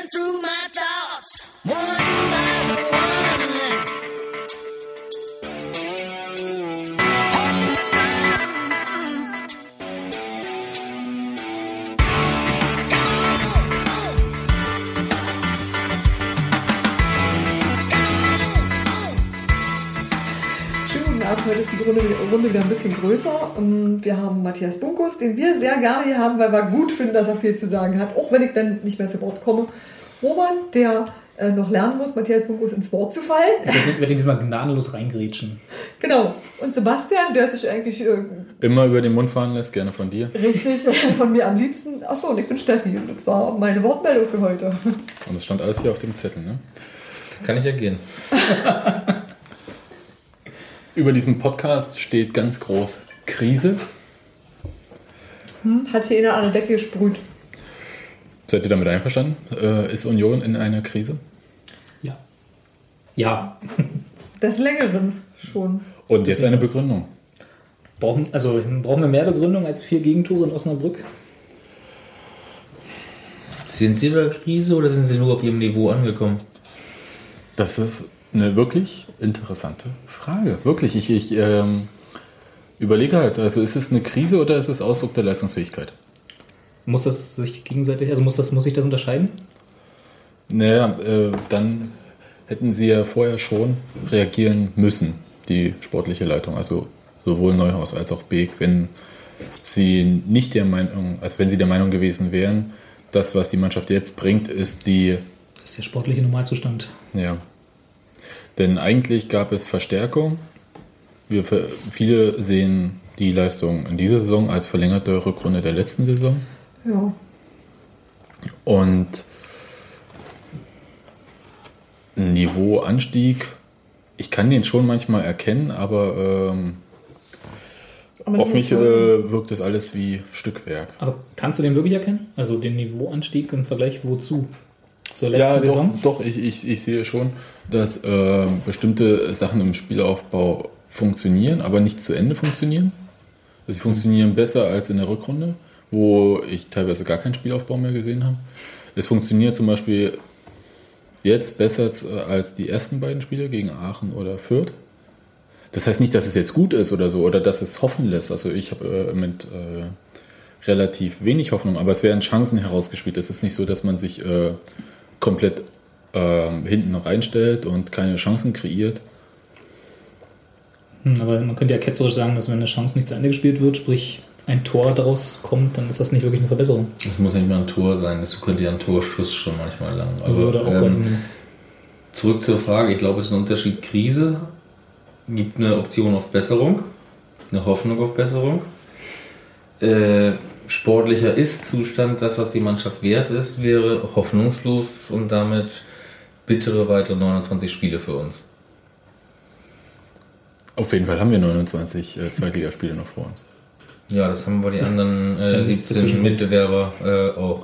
through my thoughts, one by one. Heute ist die Runde wieder ein bisschen größer. Wir haben Matthias Bunkus, den wir sehr gerne hier haben, weil wir gut finden, dass er viel zu sagen hat, auch wenn ich dann nicht mehr zu Wort komme. Roman, der noch lernen muss, Matthias Bunkus ins Wort zu fallen. Ich werde diesmal gnadenlos reingrätschen. Genau. Und Sebastian, der sich eigentlich... immer über den Mund fahren lässt, gerne von dir. Richtig, von mir am liebsten. Achso, und ich bin Steffi und das war meine Wortmeldung für heute. Und es stand alles hier auf dem Zettel, ne? Kann ich ja gehen. Über diesem Podcast steht ganz groß Krise. Hat hier einer an der Decke gesprüht. Seid ihr damit einverstanden? Ist Union in einer Krise? Ja. Ja. Des Längeren schon. Und jetzt eine Begründung. Brauchen wir mehr Begründung als 4 Gegentore in Osnabrück? Sind Sie in der Krise oder sind Sie nur auf Ihrem Niveau angekommen? Das ist eine wirklich interessante Frage. Wirklich, ich überlege halt, also ist es eine Krise oder ist es Ausdruck der Leistungsfähigkeit? Muss das sich gegenseitig, also muss ich das unterscheiden? Naja, dann hätten sie ja vorher schon reagieren müssen, die sportliche Leitung, also sowohl Neuhaus als auch Beek, wenn sie nicht der Meinung, also wenn sie der Meinung gewesen wären, das, was die Mannschaft jetzt bringt, ist der sportliche Normalzustand. Ja. Denn eigentlich gab es Verstärkung. Viele sehen die Leistung in dieser Saison als verlängerte Rückrunde der letzten Saison. Ja. Und Niveauanstieg, ich kann den schon manchmal erkennen, aber auf mich wirkt das alles wie Stückwerk. Aber kannst du den wirklich erkennen? Also den Niveauanstieg im Vergleich wozu? Zur letzten Saison? Doch, ich sehe schon, dass bestimmte Sachen im Spielaufbau funktionieren, aber nicht zu Ende funktionieren. Also sie funktionieren besser als in der Rückrunde, wo ich teilweise gar keinen Spielaufbau mehr gesehen habe. Es funktioniert zum Beispiel jetzt besser als die ersten beiden Spiele gegen Aachen oder Fürth. Das heißt nicht, dass es jetzt gut ist oder so, oder dass es hoffen lässt. Also ich habe mit relativ wenig Hoffnung, aber es werden Chancen herausgespielt. Es ist nicht so, dass man sich komplett hinten reinstellt und keine Chancen kreiert. Aber man könnte ja ketzerisch sagen, dass wenn eine Chance nicht zu Ende gespielt wird, sprich ein Tor daraus kommt, dann ist das nicht wirklich eine Verbesserung. Das muss nicht mal ein Tor sein, das könnte ja ein Torschuss schon manchmal lang. Also zurück zur Frage, ich glaube, es ist ein Unterschied. Krise gibt eine Option auf Besserung, eine Hoffnung auf Besserung. Sportlicher Ist-Zustand, das, was die Mannschaft wert ist, wäre hoffnungslos und damit bittere weitere 29 Spiele für uns. Auf jeden Fall haben wir 29 Zweitligaspiele noch vor uns. Ja, das haben wir die anderen 17 Mitbewerber auch.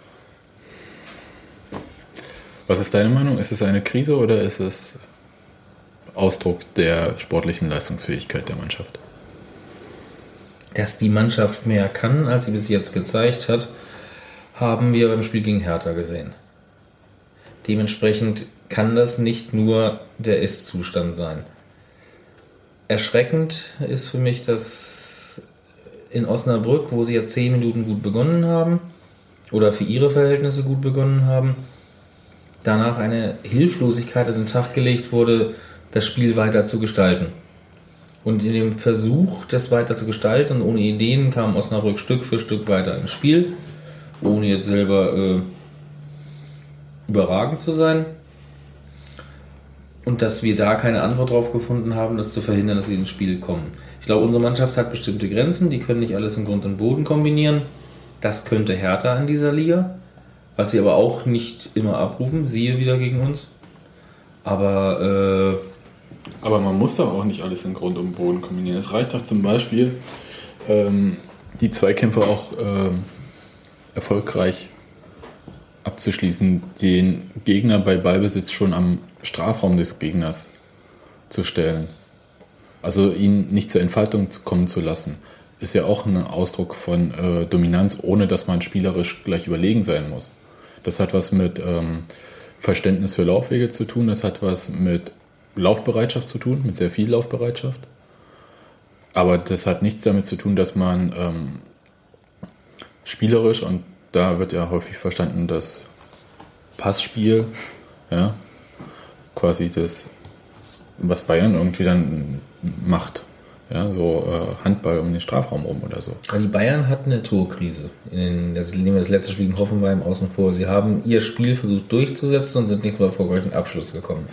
Was ist deine Meinung? Ist es eine Krise oder ist es Ausdruck der sportlichen Leistungsfähigkeit der Mannschaft? Dass die Mannschaft mehr kann, als sie bis jetzt gezeigt hat, haben wir beim Spiel gegen Hertha gesehen. Dementsprechend kann das nicht nur der Ist-Zustand sein. Erschreckend ist für mich, dass in Osnabrück, wo sie ja 10 Minuten gut begonnen haben, oder für ihre Verhältnisse gut begonnen haben, danach eine Hilflosigkeit an den Tag gelegt wurde, das Spiel weiter zu gestalten. Und in dem Versuch, das weiter zu gestalten und ohne Ideen, kam Osnabrück Stück für Stück weiter ins Spiel, ohne jetzt selber überragend zu sein. Und dass wir da keine Antwort drauf gefunden haben, das zu verhindern, dass wir ins Spiel kommen. Ich glaube, unsere Mannschaft hat bestimmte Grenzen, die können nicht alles in Grund und Boden kombinieren. Das könnte Hertha in dieser Liga, was sie aber auch nicht immer abrufen, siehe wieder gegen uns. Aber man muss doch auch nicht alles in Grund und Boden kombinieren. Es reicht doch zum Beispiel, die Zweikämpfe auch erfolgreich abzuschließen, den Gegner bei Ballbesitz schon am Strafraum des Gegners zu stellen. Also ihn nicht zur Entfaltung kommen zu lassen, ist ja auch ein Ausdruck von Dominanz, ohne dass man spielerisch gleich überlegen sein muss. Das hat was mit Verständnis für Laufwege zu tun, das hat was mit Laufbereitschaft zu tun, mit sehr viel Laufbereitschaft. Aber das hat nichts damit zu tun, dass man spielerisch, und da wird ja häufig verstanden, das Passspiel, ja, quasi das, was Bayern irgendwie dann macht. Ja, so Handball um den Strafraum rum oder so. Aber die Bayern hatten eine Torkrise. Nehmen wir das letzte Spiel in Hoffenheim außen vor. Sie haben ihr Spiel versucht durchzusetzen und sind nicht zum erfolgreichen Abschluss gekommen.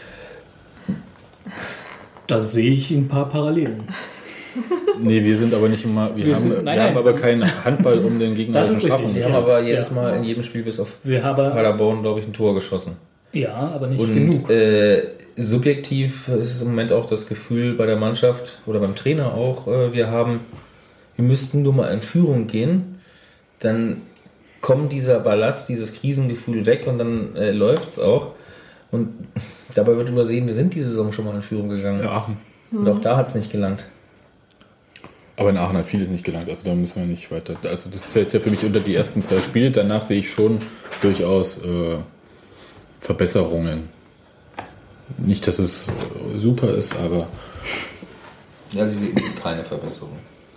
Da sehe ich ein paar Parallelen. Nee, wir sind aber nicht immer, wir haben aber keinen Handball um den Gegner Das aus ist dem richtig. Sie Strafraum. haben aber jedes Ja. Mal in jedem Spiel bis auf Wir haben Paderborn, glaube ich, ein Tor geschossen. ja, aber nicht Und genug. subjektiv ist im Moment auch das Gefühl bei der Mannschaft oder beim Trainer auch, wir müssten nur mal in Führung gehen, dann kommt dieser Ballast, dieses Krisengefühl weg und dann läuft es auch. Und dabei wird übersehen, wir sind diese Saison schon mal in Führung gegangen. Ja, Aachen. Und auch da hat es nicht gelangt. Aber in Aachen hat vieles nicht gelangt, also da müssen wir nicht weiter. Also das fällt ja für mich unter die ersten 2 Spiele. Danach sehe ich schon durchaus Verbesserungen. Nicht, dass es super ist, aber Ja, sie sehen keine Verbesserung.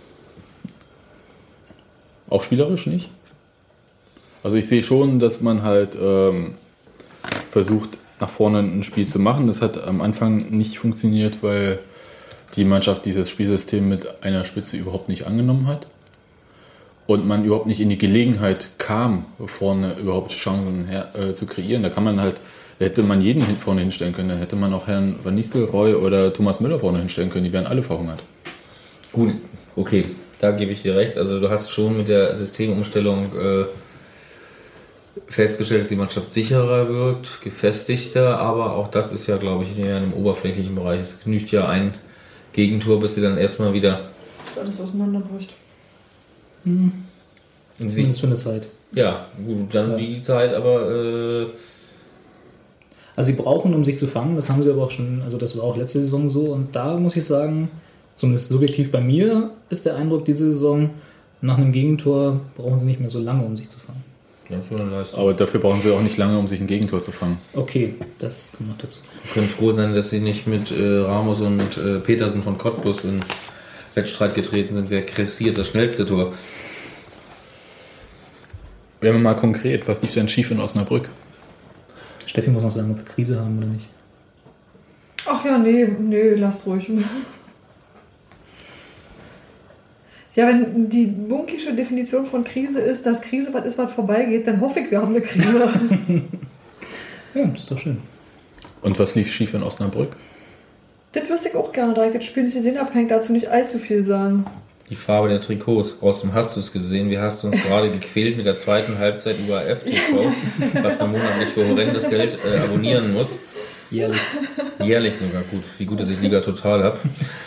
auch spielerisch nicht. Also ich sehe schon, dass man halt versucht, nach vorne ein Spiel zu machen. Das hat am Anfang nicht funktioniert, weil die Mannschaft dieses Spielsystem mit einer Spitze überhaupt nicht angenommen hat und man überhaupt nicht in die Gelegenheit kam, vorne überhaupt Chancen zu kreieren. Da hätte man jeden vorne hinstellen können. Da hätte man auch Herrn Van Nistelrooy oder Thomas Müller vorne hinstellen können. Die wären alle verhungert. Gut, okay, da gebe ich dir recht. Also du hast schon mit der Systemumstellung festgestellt, dass die Mannschaft sicherer wirkt, gefestigter, aber auch das ist ja, glaube ich, eher im oberflächlichen Bereich. Es genügt ja ein Gegentor, bis sie dann erstmal wieder Bis alles auseinanderbricht. Zumindest für eine Zeit. ja, gut, dann die Zeit, aber Also sie brauchen, um sich zu fangen, das haben sie aber auch schon, also das war auch letzte Saison so, und da muss ich sagen, zumindest subjektiv bei mir ist der Eindruck, diese Saison nach einem Gegentor brauchen sie nicht mehr so lange, um sich zu fangen. ja, schon eine Leistung. Aber dafür brauchen sie auch nicht lange, um sich ein Gegentor zu fangen. Okay, das kommt noch dazu. Wir können froh sein, dass sie nicht mit Ramos und Petersen von Cottbus in Wettstreit getreten sind. Wer kassiert das schnellste Tor? Werden wir mal konkret, was lief denn schief in Osnabrück? Steffi muss noch sagen, ob wir Krise haben oder nicht. Ach ja, nee, lasst ruhig. Ja, wenn die bunkische Definition von Krise ist, dass Krise was ist, was vorbeigeht, dann hoffe ich, wir haben eine Krise. Ja, das ist doch schön. Und was lief schief in Osnabrück? Das wüsste ich auch gerne, da ich das Spiel nicht gesehen habe, kann ich dazu nicht allzu viel sagen. Die Farbe der Trikots. Außerdem hast du es gesehen. Wir hast uns gerade gequält mit der zweiten Halbzeit über FTV, was man monatlich für horrendes Geld abonnieren muss. Jährlich. Jährlich sogar. Gut, wie gut, dass ich Liga Total habe.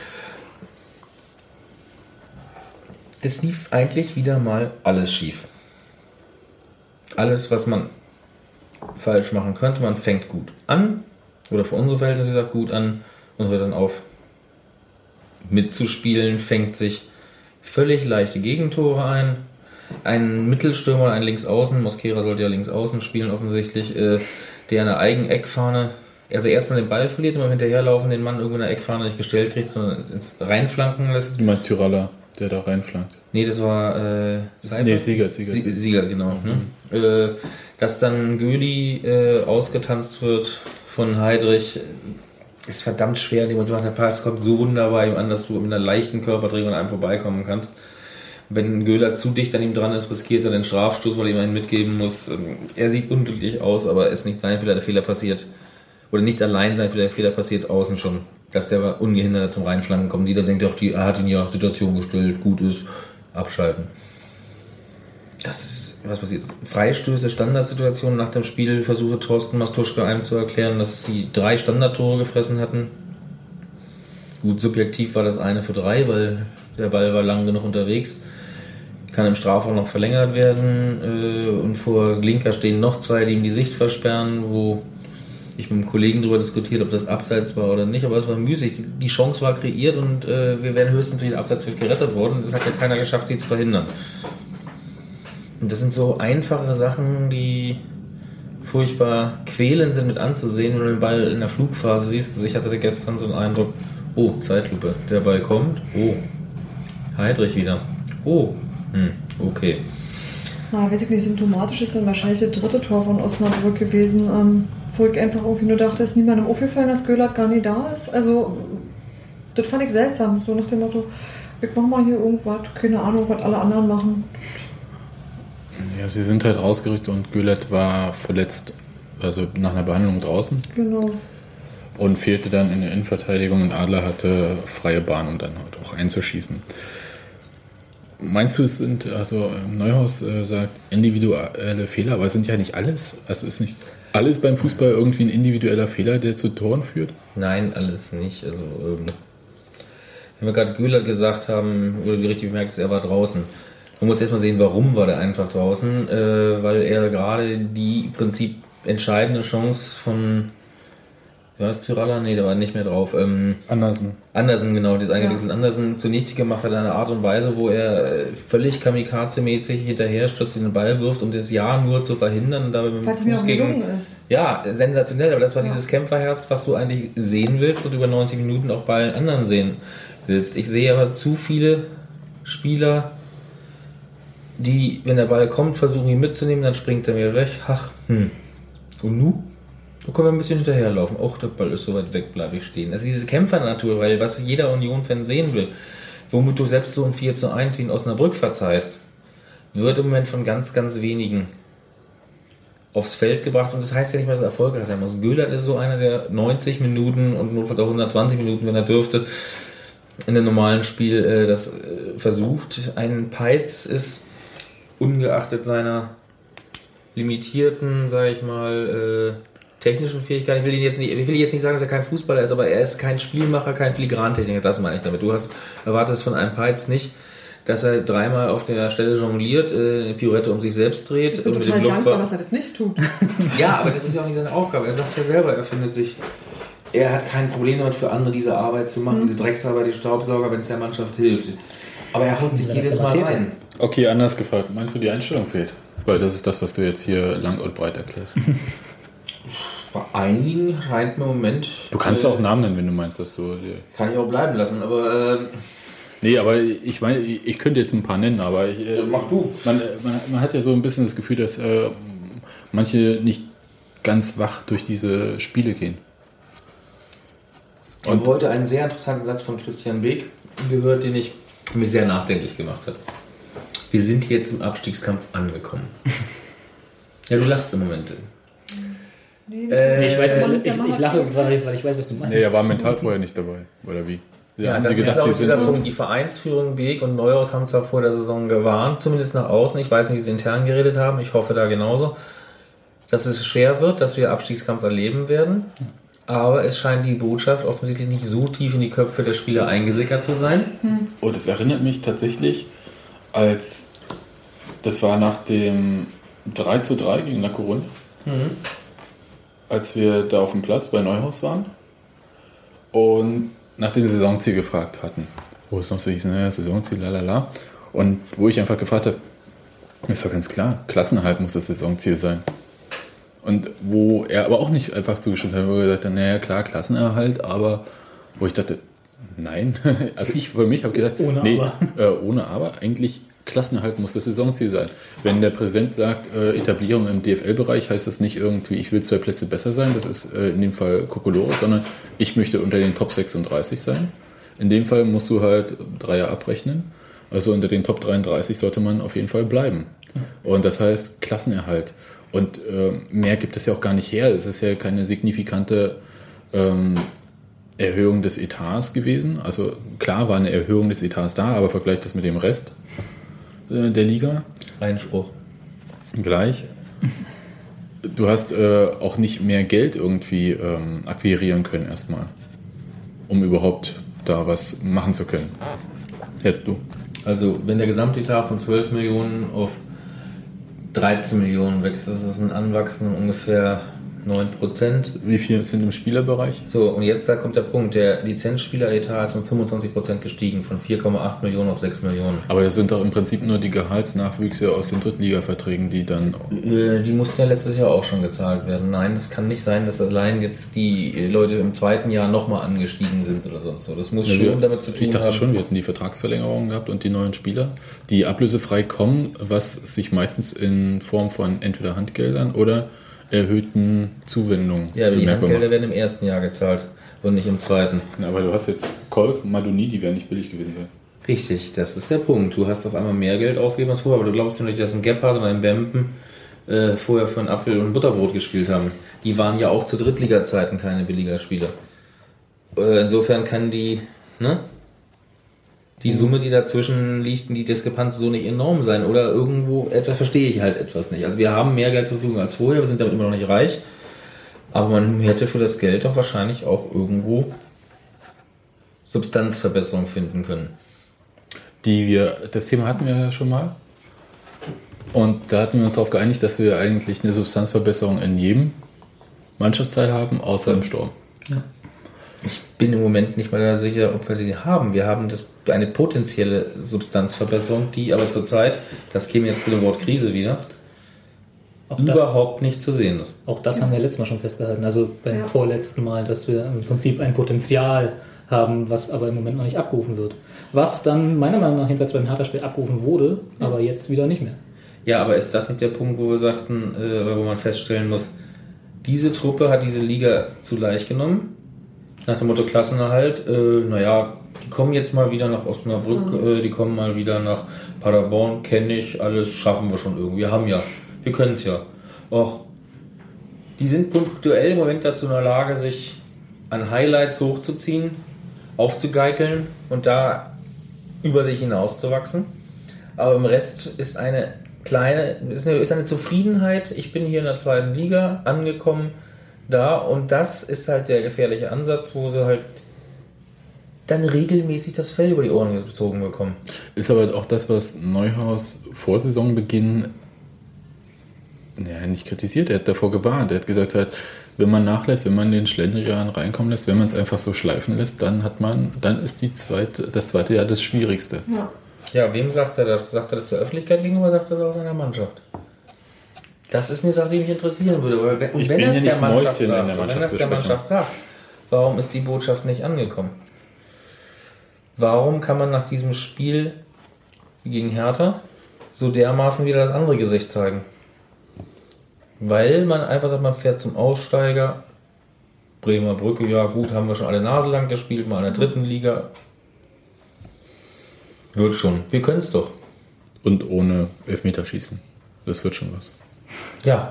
Das lief eigentlich wieder mal alles schief. Alles, was man falsch machen könnte, man fängt gut an, oder für unsere Verhältnisse gesagt gut an und hört dann auf mitzuspielen, fängt sich völlig leichte Gegentore ein. Ein Mittelstürmer, ein Linksaußen, Mosquera sollte ja Linksaußen spielen offensichtlich, der eine Eigeneckfahne, also erstmal den Ball verliert, immer hinterherlaufen, den Mann irgendwo in der Eckfahne nicht gestellt kriegt, sondern ins Reinflanken lässt. Jemand Tyralla, der da reinflankt. Nee, das war Siegert. Siegert, genau. Ne? Dass dann Göli ausgetanzt wird von Heidrich, ist verdammt schwer, indem man sagt, der Pass kommt so wunderbar ihm an, dass du mit einer leichten Körperdrehung an einem vorbeikommen kannst. Wenn ein Göhler zu dicht an ihm dran ist, riskiert er den Strafstoß, weil er ihm einen mitgeben muss. Er sieht unglücklich aus, aber es ist nicht sein Fehler, der Fehler passiert. Oder nicht allein sein Fehler, der Fehler passiert außen schon. Dass der ungehindert zum Reinflanken kommt. Jeder denkt auch, er hat ihn ja Situation gestellt, gut ist, abschalten. Das ist, was passiert? Freistöße, Standardsituationen nach dem Spiel versuchte Thorsten Mastuschka einem zu erklären, dass sie 3 Standardtore gefressen hatten. Gut, subjektiv war das eine für 3, weil der Ball war lang genug unterwegs. Kann im Strafraum noch verlängert werden. Und vor Glinka stehen noch 2, die ihm die Sicht versperren, wo ich mit einem Kollegen darüber diskutiert, ob das Abseits war oder nicht, aber es war müßig. Die Chance war kreiert und wir wären höchstens durch den Abseitspfiff gerettet worden. Das hat ja keiner geschafft, sie zu verhindern. Und das sind so einfache Sachen, die furchtbar quälend sind mit anzusehen, wenn du den Ball in der Flugphase siehst. Also ich hatte gestern so einen Eindruck, oh, Zeitlupe, der Ball kommt, oh, Heidrich wieder, oh, okay. Na, weiß ich nicht, symptomatisch ist dann wahrscheinlich das dritte Tor von Osnabrück gewesen, wo ich einfach irgendwie nur dachte, ist niemandem aufgefallen, dass Göllert gar nicht da ist. Also, das fand ich seltsam, so nach dem Motto, ich mach mal hier irgendwas, keine Ahnung, was alle anderen machen. Ja, sie sind halt rausgerichtet und Göllert war verletzt, also nach einer Behandlung draußen. Genau. Und fehlte dann in der Innenverteidigung und Adler hatte freie Bahn, um dann halt auch einzuschießen. Meinst du, es sind, also Neuhaus sagt individuelle Fehler, aber es sind ja nicht alles. Also ist nicht alles beim Fußball irgendwie ein individueller Fehler, der zu Toren führt? Nein, alles nicht. Also, wenn wir gerade Göllert gesagt haben, oder du richtig bemerkt hast, er war draußen. Man muss erstmal sehen, warum war der einfach draußen, weil er gerade die im Prinzip entscheidende Chance von, war das Tyralla? Nee, der war nicht mehr drauf. Andersen, genau, dieses eingewechselt Andersen zunichte gemacht hat in einer Art und Weise, wo er völlig kamikaze-mäßig hinterher stürzt, den Ball wirft, um das Ja nur zu verhindern. Und dabei mit Falls es mir auch gelungen ist. Ja, sensationell, aber das war dieses Kämpferherz, was du eigentlich sehen willst und über 90 Minuten auch bei allen anderen sehen willst. Ich sehe aber zu viele Spieler, die, wenn der Ball kommt, versuchen ihn mitzunehmen, dann springt er wieder weg. Ach, Und nu? Da können wir ein bisschen hinterherlaufen. Och, der Ball ist so weit weg, bleibe ich stehen. Also diese Kämpfernatur, weil was jeder Union-Fan sehen will, womit du selbst so ein 4:1 wie in Osnabrück verzeihst, wird im Moment von ganz, ganz wenigen aufs Feld gebracht. Und das heißt ja nicht mal, dass er erfolgreich sein muss. Göllert ist so einer, der 90 Minuten und notfalls auch 120 Minuten, wenn er dürfte, in einem normalen Spiel das versucht. Ein Peitz ist ungeachtet seiner limitierten, sage ich mal, technischen Fähigkeiten. Ich will jetzt nicht sagen, dass er kein Fußballer ist, aber er ist kein Spielmacher, kein Filigrantechniker, das meine ich damit. Du erwartest von einem Peitz nicht, dass er dreimal auf der Stelle jongliert, eine Pirouette um sich selbst dreht. Ich bin total dankbar, dass er das nicht tut. Ja, aber das ist ja auch nicht seine Aufgabe. Er sagt ja selber, er hat kein Problem damit, für andere diese Arbeit zu machen, diese Drecksarbeit, die Staubsauger, wenn es der Mannschaft hilft. Aber er haut sich jedes Mal rein. Okay, anders gefragt. Meinst du, die Einstellung fehlt? Weil das ist das, was du jetzt hier lang und breit erklärst. Bei einigen scheint mir im Moment... Du kannst auch Namen nennen, wenn du meinst, dass du... Kann ich auch bleiben lassen, aber... Nee, aber ich meine, ich könnte jetzt ein paar nennen, aber... mach du. Man hat ja so ein bisschen das Gefühl, dass manche nicht ganz wach durch diese Spiele gehen. Ich habe heute einen sehr interessanten Satz von Christian Beek gehört, den mich sehr nachdenklich gemacht hat. Wir sind jetzt im Abstiegskampf angekommen. Ja, du lachst im Moment. Ich lache, weil ich weiß, was du meinst. Nee, er war mental vorher nicht dabei, oder wie? Ja, das ist, glaube ich, dieser Punkt. Die Vereinsführung, Beek und Neuhaus haben zwar vor der Saison gewarnt, zumindest nach außen. Ich weiß nicht, wie sie intern geredet haben. Ich hoffe da genauso, dass es schwer wird, dass wir Abstiegskampf erleben werden. Aber es scheint die Botschaft offensichtlich nicht so tief in die Köpfe der Spieler eingesickert zu sein. Und es erinnert mich tatsächlich, das war nach dem 3:3 gegen La Coruña, als wir da auf dem Platz bei Neuhaus waren und nach dem Saisonziel gefragt hatten. Wo es noch so hieß, Saisonziel, lalala. Und wo ich einfach gefragt habe, ist doch ganz klar, Klassenerhalt muss das Saisonziel sein. Und wo er aber auch nicht einfach zugestimmt hat, wo er gesagt hat, naja klar, Klassenerhalt, aber wo ich dachte, nein, also ich für mich habe gesagt, ohne aber, eigentlich Klassenerhalt muss das Saisonziel sein. Wenn der Präsident sagt, Etablierung im DFL-Bereich, heißt das nicht irgendwie, ich will 2 Plätze besser sein, das ist in dem Fall Kokolores, sondern ich möchte unter den Top 36 sein. In dem Fall musst du halt Dreier abrechnen, also unter den Top 33 sollte man auf jeden Fall bleiben. Und das heißt Klassenerhalt. Und mehr gibt es ja auch gar nicht her. Es ist ja keine signifikante Erhöhung des Etats gewesen. Also klar war eine Erhöhung des Etats da, aber vergleicht das mit dem Rest der Liga. Einspruch. Gleich. Du hast auch nicht mehr Geld irgendwie akquirieren können erstmal, um überhaupt da was machen zu können. Jetzt du. Also wenn der Gesamtetat von 12 Millionen auf 13 Millionen wächst, das ist ein Anwachsen um ungefähr 9%. Wie viel sind im Spielerbereich? So, und jetzt da kommt der Punkt. Der Lizenzspieler-Etat ist um 25% gestiegen, von 4,8 Millionen auf 6 Millionen. Aber das sind doch im Prinzip nur die Gehaltsnachwüchse aus den Drittliga-Verträgen, die dann... Die mussten ja letztes Jahr auch schon gezahlt werden. Nein, das kann nicht sein, dass allein jetzt die Leute im zweiten Jahr nochmal angestiegen sind oder sonst so. Das muss schon damit zu tun haben. Ich dachte schon, wir hätten die Vertragsverlängerung gehabt und die neuen Spieler, die ablösefrei kommen, was sich meistens in Form von entweder Handgeldern oder erhöhten Zuwendungen Ja, aber die bemerkbar Handgelder macht. werden im ersten Jahr gezahlt und nicht im zweiten. Ja, aber du hast jetzt Kolk, Madoni, die wären nicht billig gewesen sein. Richtig, das ist der Punkt. Du hast auf einmal mehr Geld ausgegeben als vorher, aber du glaubst ja nicht, dass ein Gebhardt oder ein Bempen vorher für einen Apfel und ein Butterbrot gespielt haben. Die waren ja auch zu Drittliga-Zeiten keine billiger Spieler. Insofern kann die Summe, die dazwischen liegt, die Diskrepanz so nicht enorm sein. Oder irgendwo etwas verstehe ich halt etwas nicht. Also wir haben mehr Geld zur Verfügung als vorher, wir sind damit immer noch nicht reich. Aber man hätte für das Geld doch wahrscheinlich auch irgendwo Substanzverbesserung finden können. Das Thema hatten wir ja schon mal. Und da hatten wir uns darauf geeinigt, dass wir eigentlich eine Substanzverbesserung in jedem Mannschaftsteil haben, außer im Sturm. Ich bin im Moment nicht mal sicher, ob wir die haben. Wir haben eine potenzielle Substanzverbesserung, die aber zurzeit, das käme jetzt zu dem Wort Krise wieder, überhaupt nicht zu sehen ist. Auch das haben wir letztes Mal schon festgehalten, also beim vorletzten Mal, dass wir im Prinzip ein Potenzial haben, was aber im Moment noch nicht abgerufen wird. Was dann meiner Meinung nach jedenfalls beim Hertha-Spiel abgerufen wurde, aber jetzt wieder nicht mehr. Ja, aber ist das nicht der Punkt, wo wir sagten, oder wo man feststellen muss, diese Truppe hat diese Liga zu leicht genommen? Nach dem Motto Klassenerhalt, die kommen jetzt mal wieder nach Osnabrück, die kommen mal wieder nach Paderborn, kenne ich, alles schaffen wir schon irgendwie. Wir können es ja. Och, die sind punktuell im Moment dazu in der Lage, sich an Highlights hochzuziehen, aufzugeikeln und da über sich hinauszuwachsen. Aber im Rest ist eine Zufriedenheit. Ich bin hier in der zweiten Liga angekommen, da, und das ist halt der gefährliche Ansatz, wo sie halt dann regelmäßig das Fell über die Ohren gezogen bekommen. Ist aber auch das, was Neuhaus vor Saisonbeginn nicht kritisiert. Er hat davor gewarnt. Er hat gesagt, wenn man nachlässt, wenn man den Schlendrian reinkommen lässt, wenn man es einfach so schleifen lässt, dann ist das zweite Jahr das Schwierigste. Ja, wem sagt er das? Sagt er das der Öffentlichkeit gegenüber, sagt er es auch seiner Mannschaft? Das ist eine Sache, die mich interessieren würde. Wenn er es der Mannschaft sagt, warum ist die Botschaft nicht angekommen? Warum kann man nach diesem Spiel gegen Hertha so dermaßen wieder das andere Gesicht zeigen? Weil man einfach sagt, man fährt zum Aussteiger, Bremer Brücke, ja gut, haben wir schon alle Nase lang gespielt, mal in der dritten Liga. Wird schon. Wir können es doch. Und ohne Elfmeterschießen. Das wird schon was. Ja.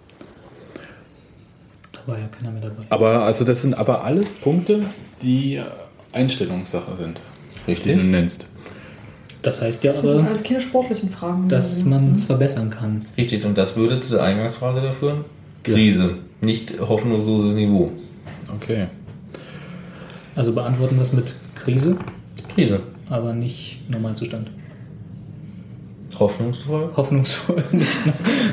Da war ja keiner mehr dabei. Aber das sind aber alles Punkte, die Einstellungssache sind. Richtig. Die du nennst. Das heißt ja Das sind aber, halt keine sportlichen Fragen. dass man es verbessern kann. Richtig, und das würde zu der Eingangsfrage da führen. Krise, nicht hoffnungsloses Niveau. Okay. Also beantworten wir es mit Krise, Krise. aber nicht Normalzustand. Hoffnungsvoll. Hoffnungsvoll nicht. Ne?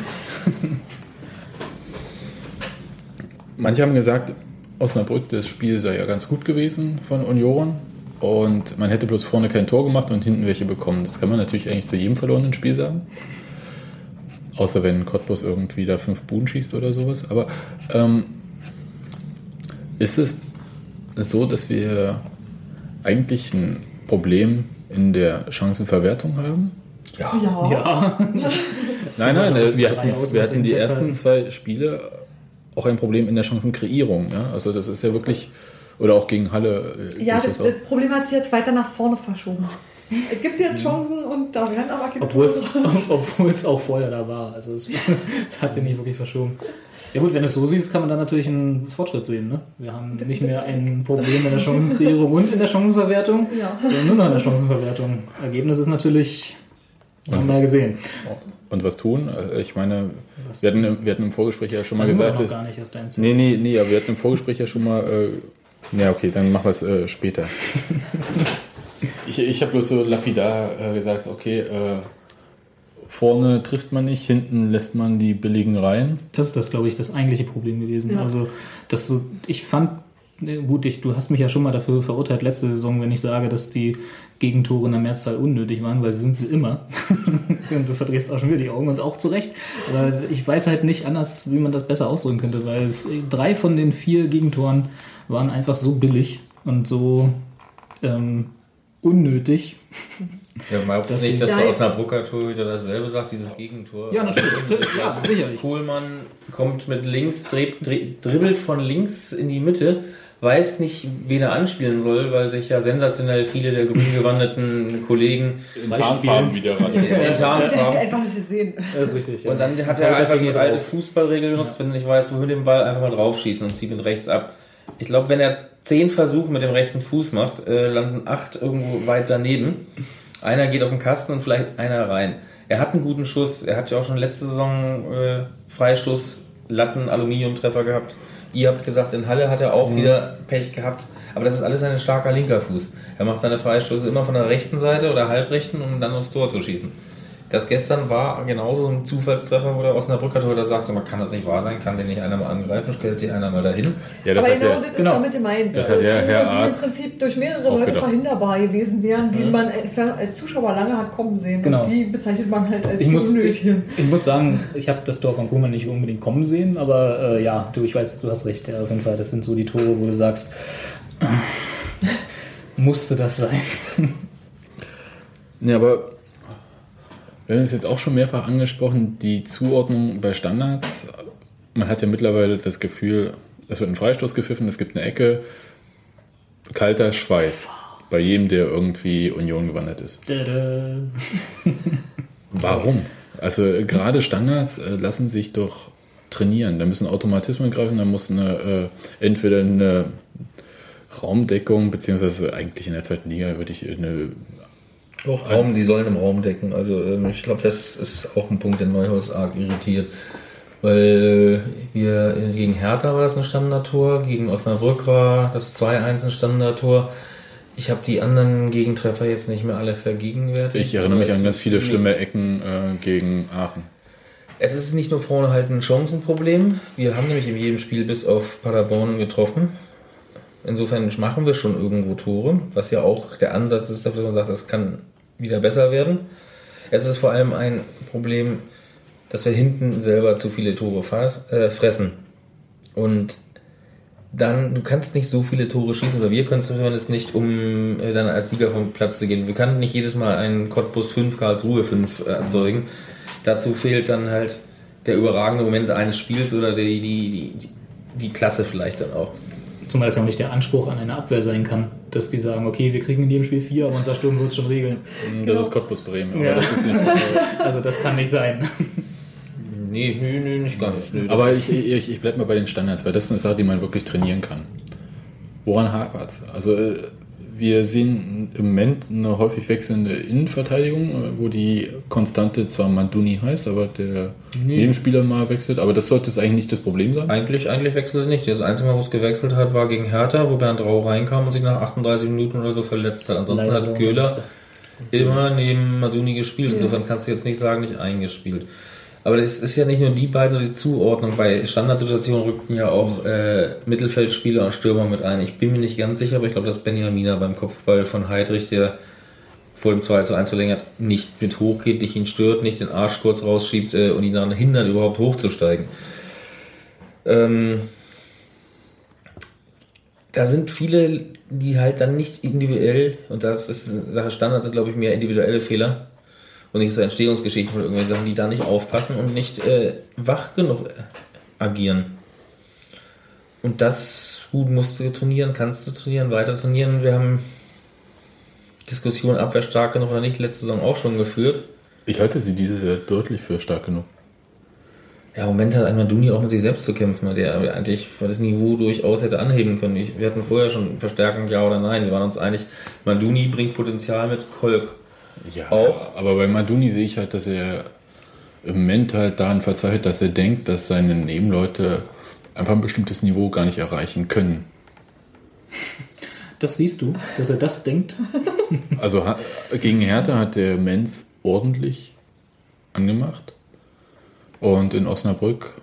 Manche haben gesagt, Osnabrück, das Spiel sei ja ganz gut gewesen von Union und man hätte bloß vorne kein Tor gemacht und hinten welche bekommen. Das kann man natürlich eigentlich zu jedem verlorenen Spiel sagen. Außer wenn Cottbus irgendwie da 5 Buden schießt oder sowas. Aber ist es so, dass wir eigentlich ein Problem in der Chancenverwertung haben? Ja. Ja. Nein, wir wir drei hatten die festhalten. ersten 2 Spiele auch ein Problem in der Chancenkreierung. Ja? Also das ist ja wirklich, oder auch gegen Halle. Ja, durchaus das Problem hat sich jetzt weiter nach vorne verschoben. Es gibt jetzt Chancen und da werden aber keine Obwohl Tore. es auch vorher da war. Also es hat sich nicht wirklich verschoben. Ja gut, wenn du es so siehst, kann man da natürlich einen Fortschritt sehen. Ne? Wir haben nicht mehr ein Problem in der Chancenkreierung und in der Chancenverwertung, Ja. sondern nur noch in der Chancenverwertung. Ergebnis ist natürlich, haben wir ja gesehen. Und was tun? Ich meine, wir hatten im Vorgespräch ja schon mal Da sind wir gesagt, noch gar nicht auf deinen Zettel. Nee, aber wir hatten im Vorgespräch ja schon mal, okay, dann machen wir es später. Ich habe bloß so lapidar gesagt, okay, vorne trifft man nicht, hinten lässt man die billigen rein. Das ist das, glaube ich, das eigentliche Problem gewesen. Ja. Also, ich fand, gut, du hast mich ja schon mal dafür verurteilt letzte Saison, wenn ich sage, dass die Gegentore in der Mehrzahl unnötig waren, weil sind sie immer. Und du verdrehst auch schon wieder die Augen und auch zu Recht. Aber ich weiß halt nicht anders, wie man das besser ausdrücken könnte, weil 3 von den 4 Gegentoren waren einfach so billig und so unnötig. Ja, mal Das nicht, dass sind- der Osnabrücker Torhüter dasselbe sagt, dieses Gegentor. Ja, natürlich. Ja, sicherlich. Kohlmann kommt mit links, dribbelt von links in die Mitte, weiß nicht, wen er anspielen soll, weil sich ja sensationell viele der grün gewandeten Kollegen In Tarnfarben wieder ran. in den Das hätte ich Tarnfarben. einfach nicht gesehen. Das ist richtig. Und dann hat er einfach die alte Fußballregel benutzt, wenn du nicht weißt, wohin den Ball, einfach mal draufschießen und zieht mit rechts ab. Ich glaube, wenn er 10 Versuche mit dem rechten Fuß macht, landen 8 irgendwo weit daneben. Einer geht auf den Kasten und vielleicht einer rein. Er hat einen guten Schuss. Er hat ja auch schon letzte Saison Freistoß, Latten, Aluminiumtreffer gehabt. Ihr habt gesagt, in Halle hat er auch wieder Pech gehabt. Aber das ist alles ein starker linker Fuß. Er macht seine Freistöße immer von der rechten Seite oder halbrechten, um dann aufs Tor zu schießen. Das gestern war genauso ein Zufallstreffer, wo der Osnabrücker Torhüter sagt, so, man kann das nicht wahr sein, kann den nicht einer mal angreifen, stellt sich einer mal dahin. Ja, das Aber hat genau ja, das ist genau. damit gemeint. Das hat ja Tore, Herr die im Arzt Prinzip durch mehrere auch Leute gedacht. verhinderbar gewesen wären, die man als Zuschauer lange hat kommen sehen. Genau. Und die bezeichnet man halt als Ich die muss, unnötigen. ich muss sagen, ich habe das Tor von Kohlmann nicht unbedingt kommen sehen, aber ja, ich weiß, du hast recht, ja, auf jeden Fall. Das sind so die Tore, wo du sagst, musste das sein. Ja, aber wir haben es jetzt auch schon mehrfach angesprochen, die Zuordnung bei Standards. Man hat ja mittlerweile das Gefühl, es wird ein Freistoß gepfiffen, es gibt eine Ecke, kalter Schweiß bei jedem, der irgendwie Union gewandert ist. Warum? Also gerade Standards lassen sich doch trainieren. Da müssen Automatismen greifen, da muss entweder eine Raumdeckung, beziehungsweise eigentlich in der zweiten Liga würde ich eine Die sollen im Raum decken. Also ich glaube, das ist auch ein Punkt, der Neuhaus arg irritiert. Weil wir gegen Hertha war das ein Standardtor, gegen Osnabrück war das 2-1 ein Standardtor. Ich habe die anderen Gegentreffer jetzt nicht mehr alle vergegenwärtigt. Ich erinnere mich Aber an es ganz ist viele ziemlich- schlimme Ecken gegen Aachen. Es ist nicht nur vorne halt ein Chancenproblem. Wir haben nämlich in jedem Spiel bis auf Paderborn getroffen. Insofern machen wir schon irgendwo Tore, was ja auch der Ansatz ist, dass man sagt, das kann wieder besser werden. Es ist vor allem ein Problem, dass wir hinten selber zu viele Tore fressen. Und dann, du kannst nicht so viele Tore schießen, oder wir können es zumindest nicht, um dann als Sieger vom Platz zu gehen. Wir können nicht jedes Mal einen Cottbus 5, Karlsruhe 5 erzeugen. Dazu fehlt dann halt der überragende Moment eines Spiels oder die Klasse vielleicht dann auch. Zumal es ja auch nicht der Anspruch an eine Abwehr sein kann, dass die sagen, okay, wir kriegen in jedem Spiel 4, aber unser Sturm wird es schon regeln. Das ist Cottbus Bremen, aber Ja. das ist nicht. Also das kann nicht sein. Nee, nicht ganz. Nee, das Aber ist- ich bleibe mal bei den Standards, weil das ist eine Sache, die man wirklich trainieren kann. Woran hapert es? Also wir sehen im Moment eine häufig wechselnde Innenverteidigung, wo die Konstante zwar Manduni heißt, aber der Nebenspieler mal wechselt. Aber das sollte es eigentlich nicht das Problem sein. Eigentlich wechselt er nicht. Das einzige Mal, wo es gewechselt hat, war gegen Hertha, wo Bernd Rau reinkam und sich nach 38 Minuten oder so verletzt hat. Ansonsten Leider hat Köhler Muster. immer neben Maduni gespielt. Insofern kannst du jetzt nicht sagen, nicht eingespielt. Aber das ist ja nicht nur die beiden, sondern die Zuordnung. Bei Standardsituationen rückten ja auch Mittelfeldspieler und Stürmer mit ein. Ich bin mir nicht ganz sicher, aber ich glaube, dass Benjamina beim Kopfball von Heidrich, der vor dem 2:1 verlängert, nicht mit hochgeht, nicht ihn stört, nicht den Arsch kurz rausschiebt und ihn daran hindert, überhaupt hochzusteigen. Da sind viele, die halt dann nicht individuell, und das ist eine Sache Standard, sind glaube ich mehr individuelle Fehler und nicht so Entstehungsgeschichten von irgendwelchen Sachen, die da nicht aufpassen und nicht wach genug agieren. Und das, gut, musst du trainieren, kannst du trainieren, weiter trainieren. Wir haben Diskussionen, Abwehr stark genug oder nicht, letzte Saison auch schon geführt. Ich halte sie dieses Jahr deutlich für stark genug. Ja, im Moment hat einmal Duni auch mit sich selbst zu kämpfen, der eigentlich das Niveau durchaus hätte anheben können. Wir hatten vorher schon Verstärkung, ja oder nein. Wir waren uns einig, Manduni bringt Potenzial mit, Kolk Ja, auch. aber bei Maduni sehe ich halt, dass er im Moment halt daran verzweifelt, dass er denkt, dass seine Nebenleute einfach ein bestimmtes Niveau gar nicht erreichen können. Das siehst du, dass er das denkt. Also gegen Hertha hat der Menz ordentlich angemacht. Und in Osnabrück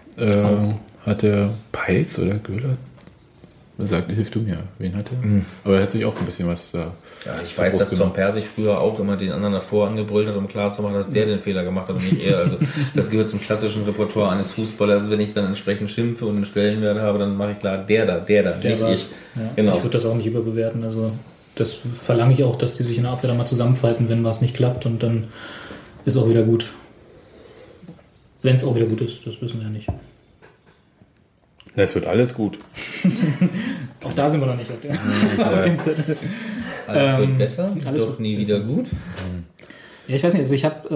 hat der Peitz oder Göhler, hilf du mir, wen hat er? Aber er hat sich auch ein bisschen was da. Ja, ich weiß, dass Tom Persig früher auch immer den anderen davor angebrüllt hat, um klarzumachen, dass der den Fehler gemacht hat und nicht er. Also das gehört zum klassischen Repertoire eines Fußballers. Wenn ich dann entsprechend schimpfe und einen Stellenwert habe, dann mache ich klar, der da, nicht ich. Ja. Genau. Ich würde das auch nicht überbewerten. Also das verlange ich auch, dass die sich in der Abwehr dann mal zusammenfalten, wenn was nicht klappt und dann ist auch wieder gut. Wenn es auch wieder gut ist, das wissen wir ja nicht. Es wird alles gut. Auch da sind wir noch nicht auf dem Zettel. Alles wird besser, alles doch wird nie besser. wieder gut. Ja, ich weiß nicht, also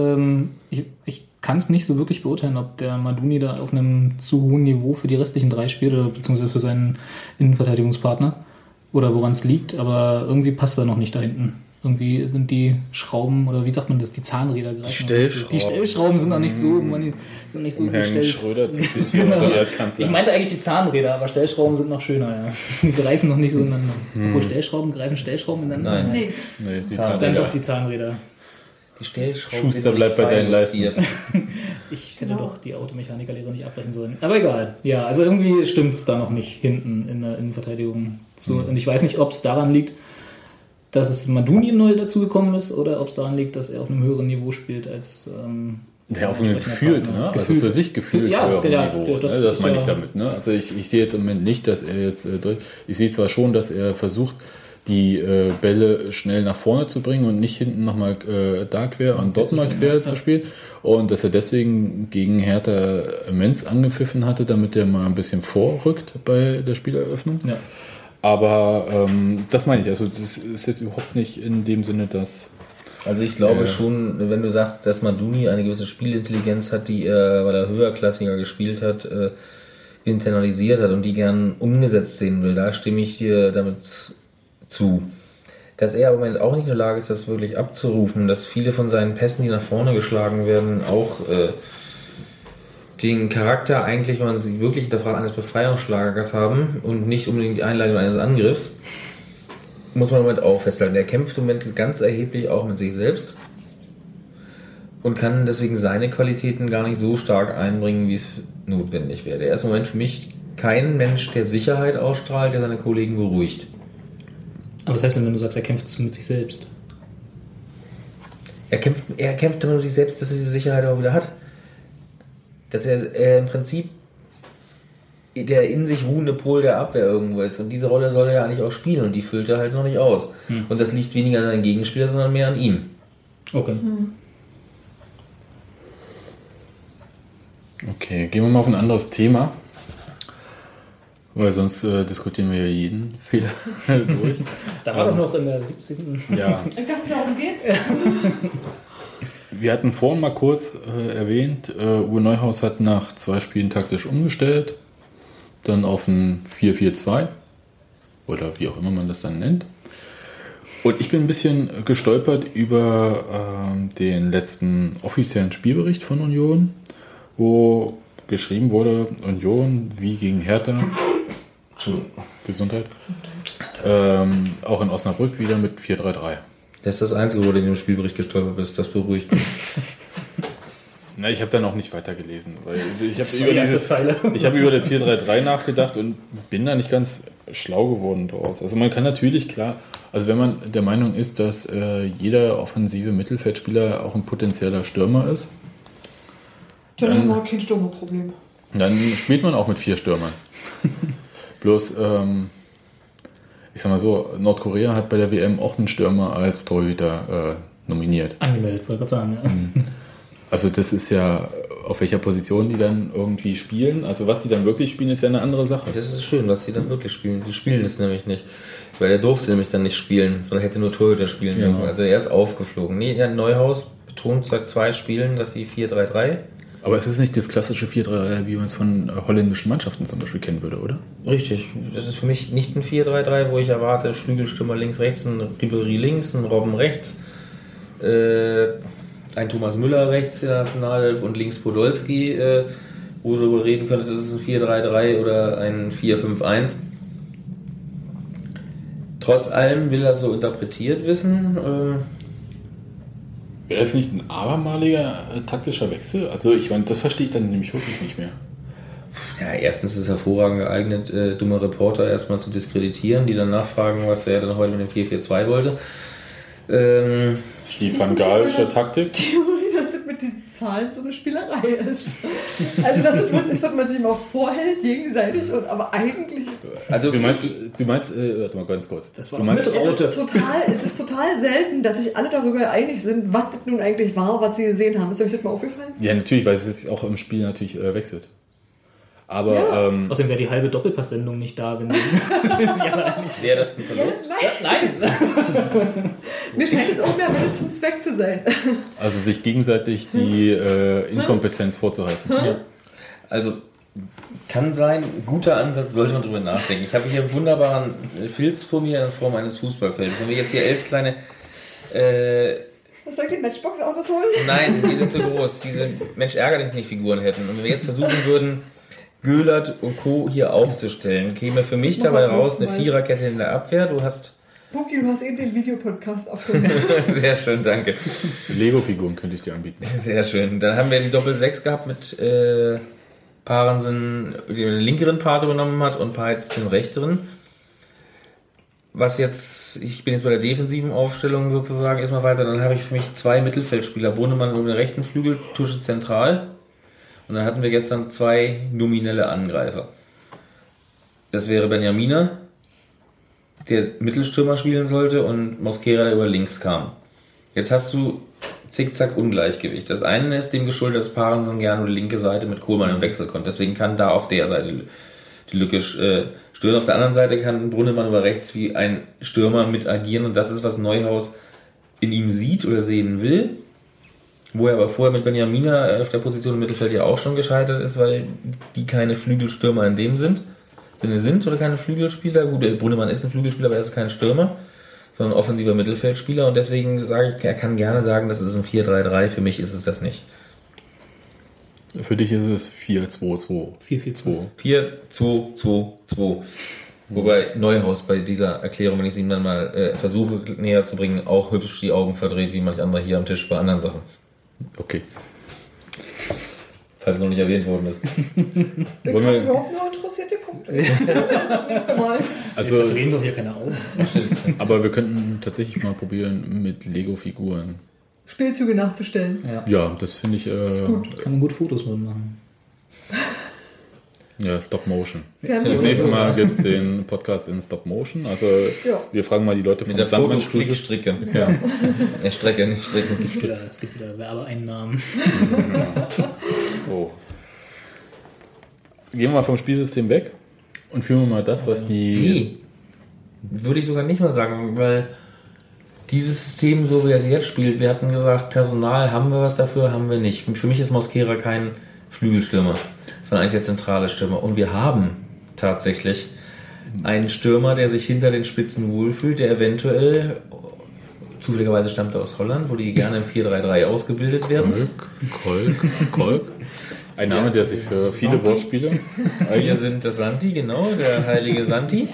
ich kann es nicht so wirklich beurteilen, ob der Maduni da auf einem zu hohen Niveau für die restlichen 3 Spiele, beziehungsweise für seinen Innenverteidigungspartner oder woran es liegt, aber irgendwie passt er noch nicht da hinten. Irgendwie sind die Schrauben, oder wie sagt man das, die Zahnräder greifen. Die Stellschrauben sind noch nicht so, sind nicht so Um Herrn gestellt. Schröder zu zitieren, aus der Erdkanzler. Ich meinte eigentlich die Zahnräder, aber Stellschrauben sind noch schöner, ja. Die greifen noch nicht so ineinander. Obwohl Stellschrauben ineinander? Nein. Nee. Nee, die Dann Zahnräder. doch die Zahnräder. Die Stellschrauben Schuster bleibt bei deinen Leisten. Ich hätte doch die Automechanikerlehre nicht abbrechen sollen. Aber egal. Ja, also irgendwie stimmt es da noch nicht hinten in der Innenverteidigung. Und ich weiß nicht, ob es daran liegt, dass es Maduni neu dazugekommen ist oder ob es daran liegt, dass er auf einem höheren Niveau spielt als Ja, auf einem gefühlt, ne? Also für sich gefühlt Ja, höherem ja, Niveau. das Das ist meine ja- ich damit. Ne? Also ich sehe jetzt im Moment nicht, dass er jetzt ich sehe zwar schon, dass er versucht, die Bälle schnell nach vorne zu bringen und nicht hinten nochmal da quer und dort mal quer zu spielen. Und dass er deswegen gegen Hertha Menz angepfiffen hatte, damit der mal ein bisschen vorrückt bei der Spieleröffnung. Ja. Aber das meine ich. Also das ist jetzt überhaupt nicht in dem Sinne, dass... Also ich glaube schon, wenn du sagst, dass Maduni eine gewisse Spielintelligenz hat, die er, weil er höherklassiger gespielt hat, internalisiert hat und die gern umgesetzt sehen will, da stimme ich dir damit zu. Dass er im Moment auch nicht in der Lage ist, das wirklich abzurufen, dass viele von seinen Pässen, die nach vorne geschlagen werden, auch den Charakter eigentlich, wenn man sie wirklich der Frage eines Befreiungsschlagers haben und nicht unbedingt die Einleitung eines Angriffs, muss man im Moment auch festhalten. Er kämpft im Moment ganz erheblich auch mit sich selbst und kann deswegen seine Qualitäten gar nicht so stark einbringen, wie es notwendig wäre. Er ist im Moment für mich kein Mensch, der Sicherheit ausstrahlt, der seine Kollegen beruhigt. Aber was heißt denn, wenn du sagst, er kämpft mit sich selbst? Er kämpft damit mit sich selbst, dass er diese Sicherheit auch wieder hat. Dass er im Prinzip der in sich ruhende Pol der Abwehr irgendwo ist. Und diese Rolle soll er ja eigentlich auch spielen und die füllt er halt noch nicht aus. Und das liegt weniger an seinem Gegenspieler, sondern mehr an ihm. Okay. Okay, gehen wir mal auf ein anderes Thema. Weil sonst diskutieren wir ja jeden Fehler durch. Da war doch noch in der 17. Ja, Ich dachte, darum geht's. wir hatten vorhin mal kurz erwähnt, Uwe Neuhaus hat nach 2 Spielen taktisch umgestellt, dann auf ein 4-4-2 oder wie auch immer man das dann nennt. Und ich bin ein bisschen gestolpert über den letzten offiziellen Spielbericht von Union, wo geschrieben wurde, Union wie gegen Hertha, Gesundheit, auch in Osnabrück wieder mit 4-3-3. Das ist das Einzige, wo du in dem Spielbericht gestolpert bist. Das beruhigt mich. Na, ich habe da noch nicht weitergelesen, weil ich war die habe erste Zeile. über das 4-3-3 nachgedacht und bin da nicht ganz schlau geworden daraus. Also man kann natürlich, klar, also wenn man der Meinung ist, dass jeder offensive Mittelfeldspieler auch ein potenzieller Stürmer ist, Dann haben wir kein Stürmerproblem. dann spielt man auch mit 4 Stürmern. Bloß, ich sag mal so, Nordkorea hat bei der WM auch einen Stürmer als Torhüter nominiert. Angemeldet, wollte ich gerade sagen. Ja. Also das ist ja, auf welcher Position die dann irgendwie spielen. Also was die dann wirklich spielen, ist ja eine andere Sache. Das ist schön, was sie dann wirklich spielen. Die spielen es nämlich nicht. Weil er durfte nämlich dann nicht spielen, sondern hätte nur Torhüter spielen dürfen. Also er ist aufgeflogen. Nee, ja, Neuhaus betont seit 2 Spielen, dass sie 4-3-3. Aber es ist nicht das klassische 4-3-3, wie man es von holländischen Mannschaften zum Beispiel kennen würde, oder? Richtig. Das ist für mich nicht ein 4-3-3, wo ich erwarte, Flügelstürmer links, rechts, ein Ribéry links, ein Robben rechts, ein Thomas Müller rechts in der Nationalelf und links Podolski, wo du darüber reden könntest, ist es ein 4-3-3 oder ein 4-5-1. Trotz allem will er so interpretiert wissen. Wäre das nicht ein abermaliger taktischer Wechsel? Also ich meine, das verstehe ich dann nämlich wirklich nicht mehr. Ja, erstens ist es hervorragend geeignet, dumme Reporter erstmal zu diskreditieren, die dann nachfragen, was er denn heute mit dem 4-4-2 wollte. Die Van Gaalsche Taktik. Theorie, dass das mit diesen Zahlen so eine Spielerei ist. Also das wird man sich immer vorhält, gegenseitig, aber eigentlich... Also Du meinst, warte mal ganz kurz. Das war du doch meinst, mit Raute. das ist total selten, dass sich alle darüber einig sind, was das nun eigentlich war, was sie gesehen haben. Ist euch das mal aufgefallen? ja, natürlich, weil es ist auch im Spiel natürlich wechselt. Aber Ja. Außerdem wäre die halbe Doppelpass-Sendung nicht da, wenn sie alle einig wäre das ein Verlust? Nein, Nein! mir scheint es auch mehr Mittel zum Zweck zu sein. also sich gegenseitig die Inkompetenz vorzuhalten. Also kann sein, guter Ansatz, sollte man drüber nachdenken. Ich habe hier einen wunderbaren Filz vor mir in Form eines Fußballfeldes. Wenn wir jetzt hier 11 kleine... Was soll ich die Matchbox-Autos holen? Nein, die sind zu groß. Diese Mensch ärger dich nicht Figuren hätten. Und wenn wir jetzt versuchen würden, Göhlert und Co. hier aufzustellen, käme für mich dabei raus eine Viererkette in der Abwehr. Du hast... Buki, du hast eben den Videopodcast abgehört. Sehr schön, danke. Lego-Figuren könnte ich dir anbieten. Sehr schön. Dann haben wir die Doppel-6 gehabt mit Parensen, der den linkeren Part übernommen hat und Peitz den rechteren. Was jetzt, ich bin jetzt bei der defensiven Aufstellung sozusagen erstmal weiter, dann habe ich für mich 2 Mittelfeldspieler, Bohnemann über den rechten Flügel, Tusche zentral. Und dann hatten wir gestern 2 nominelle Angreifer. Das wäre Benjamina, der Mittelstürmer spielen sollte, und Mosquera, der über links kam. Jetzt hast du zickzack Ungleichgewicht. Das eine ist dem geschuldet, dass Parensen gerne die linke Seite mit Kohlmann im Wechsel konnte. Deswegen kann da auf der Seite die Lücke stören. Auf der anderen Seite kann Brunnemann über rechts wie ein Stürmer mit agieren, und das ist, was Neuhaus in ihm sieht oder sehen will. Wo er aber vorher mit Benjamina auf der Position im Mittelfeld ja auch schon gescheitert ist, weil die keine Flügelstürmer in dem Sinne sind oder keine Flügelspieler. Gut, Brunnemann ist ein Flügelspieler, aber er ist kein Stürmer, sondern ein offensiver Mittelfeldspieler, und deswegen sage ich, er kann gerne sagen, das ist ein 4-3-3, für mich ist es das nicht. Für dich ist es 4-2-2. 4-4-2. 4-2-2-2. Wobei Neuhaus bei dieser Erklärung, wenn ich es ihm dann mal versuche näher zu bringen, auch hübsch die Augen verdreht, wie manch anderer hier am Tisch bei anderen Sachen. Okay. Falls es noch nicht erwähnt worden ist. Ich Wollen habe wir- überhaupt nur interessiert geguckt. Nächstes Mal. Also, Wir drehen doch hier keine Augen. aber wir könnten tatsächlich mal probieren mit Lego-Figuren. Spielzüge nachzustellen. Ja, das finde ich. Kann man gut Fotos mit machen. Ja, Stop Motion. Wir haben Das die nächste Mal gibt es den Podcast in Stop Motion. Also Ja. wir fragen mal die Leute vom Mit der Sandmann-Studio. Foto-Flickstricke. Ja. Strecke, nicht Stricken. Es gibt wieder Werbeeinnahmen. Oh. Gehen wir mal vom Spielsystem weg und führen wir mal das, was die. Nee. Würde ich sogar nicht mal sagen, weil dieses System, so wie er es jetzt spielt, wir hatten gesagt, Personal, haben wir was dafür, haben wir nicht. Für mich ist Mosquera kein Flügelstürmer, sondern eigentlich der zentrale Stürmer. Und wir haben tatsächlich einen Stürmer, der sich hinter den Spitzen wohlfühlt, der eventuell, zufälligerweise stammt er aus Holland, wo die gerne im 4-3-3 ausgebildet werden. Kolk. Ein Name, der sich für viele Wortspiele Wir eignet. sind das Santi, genau, der heilige Santi.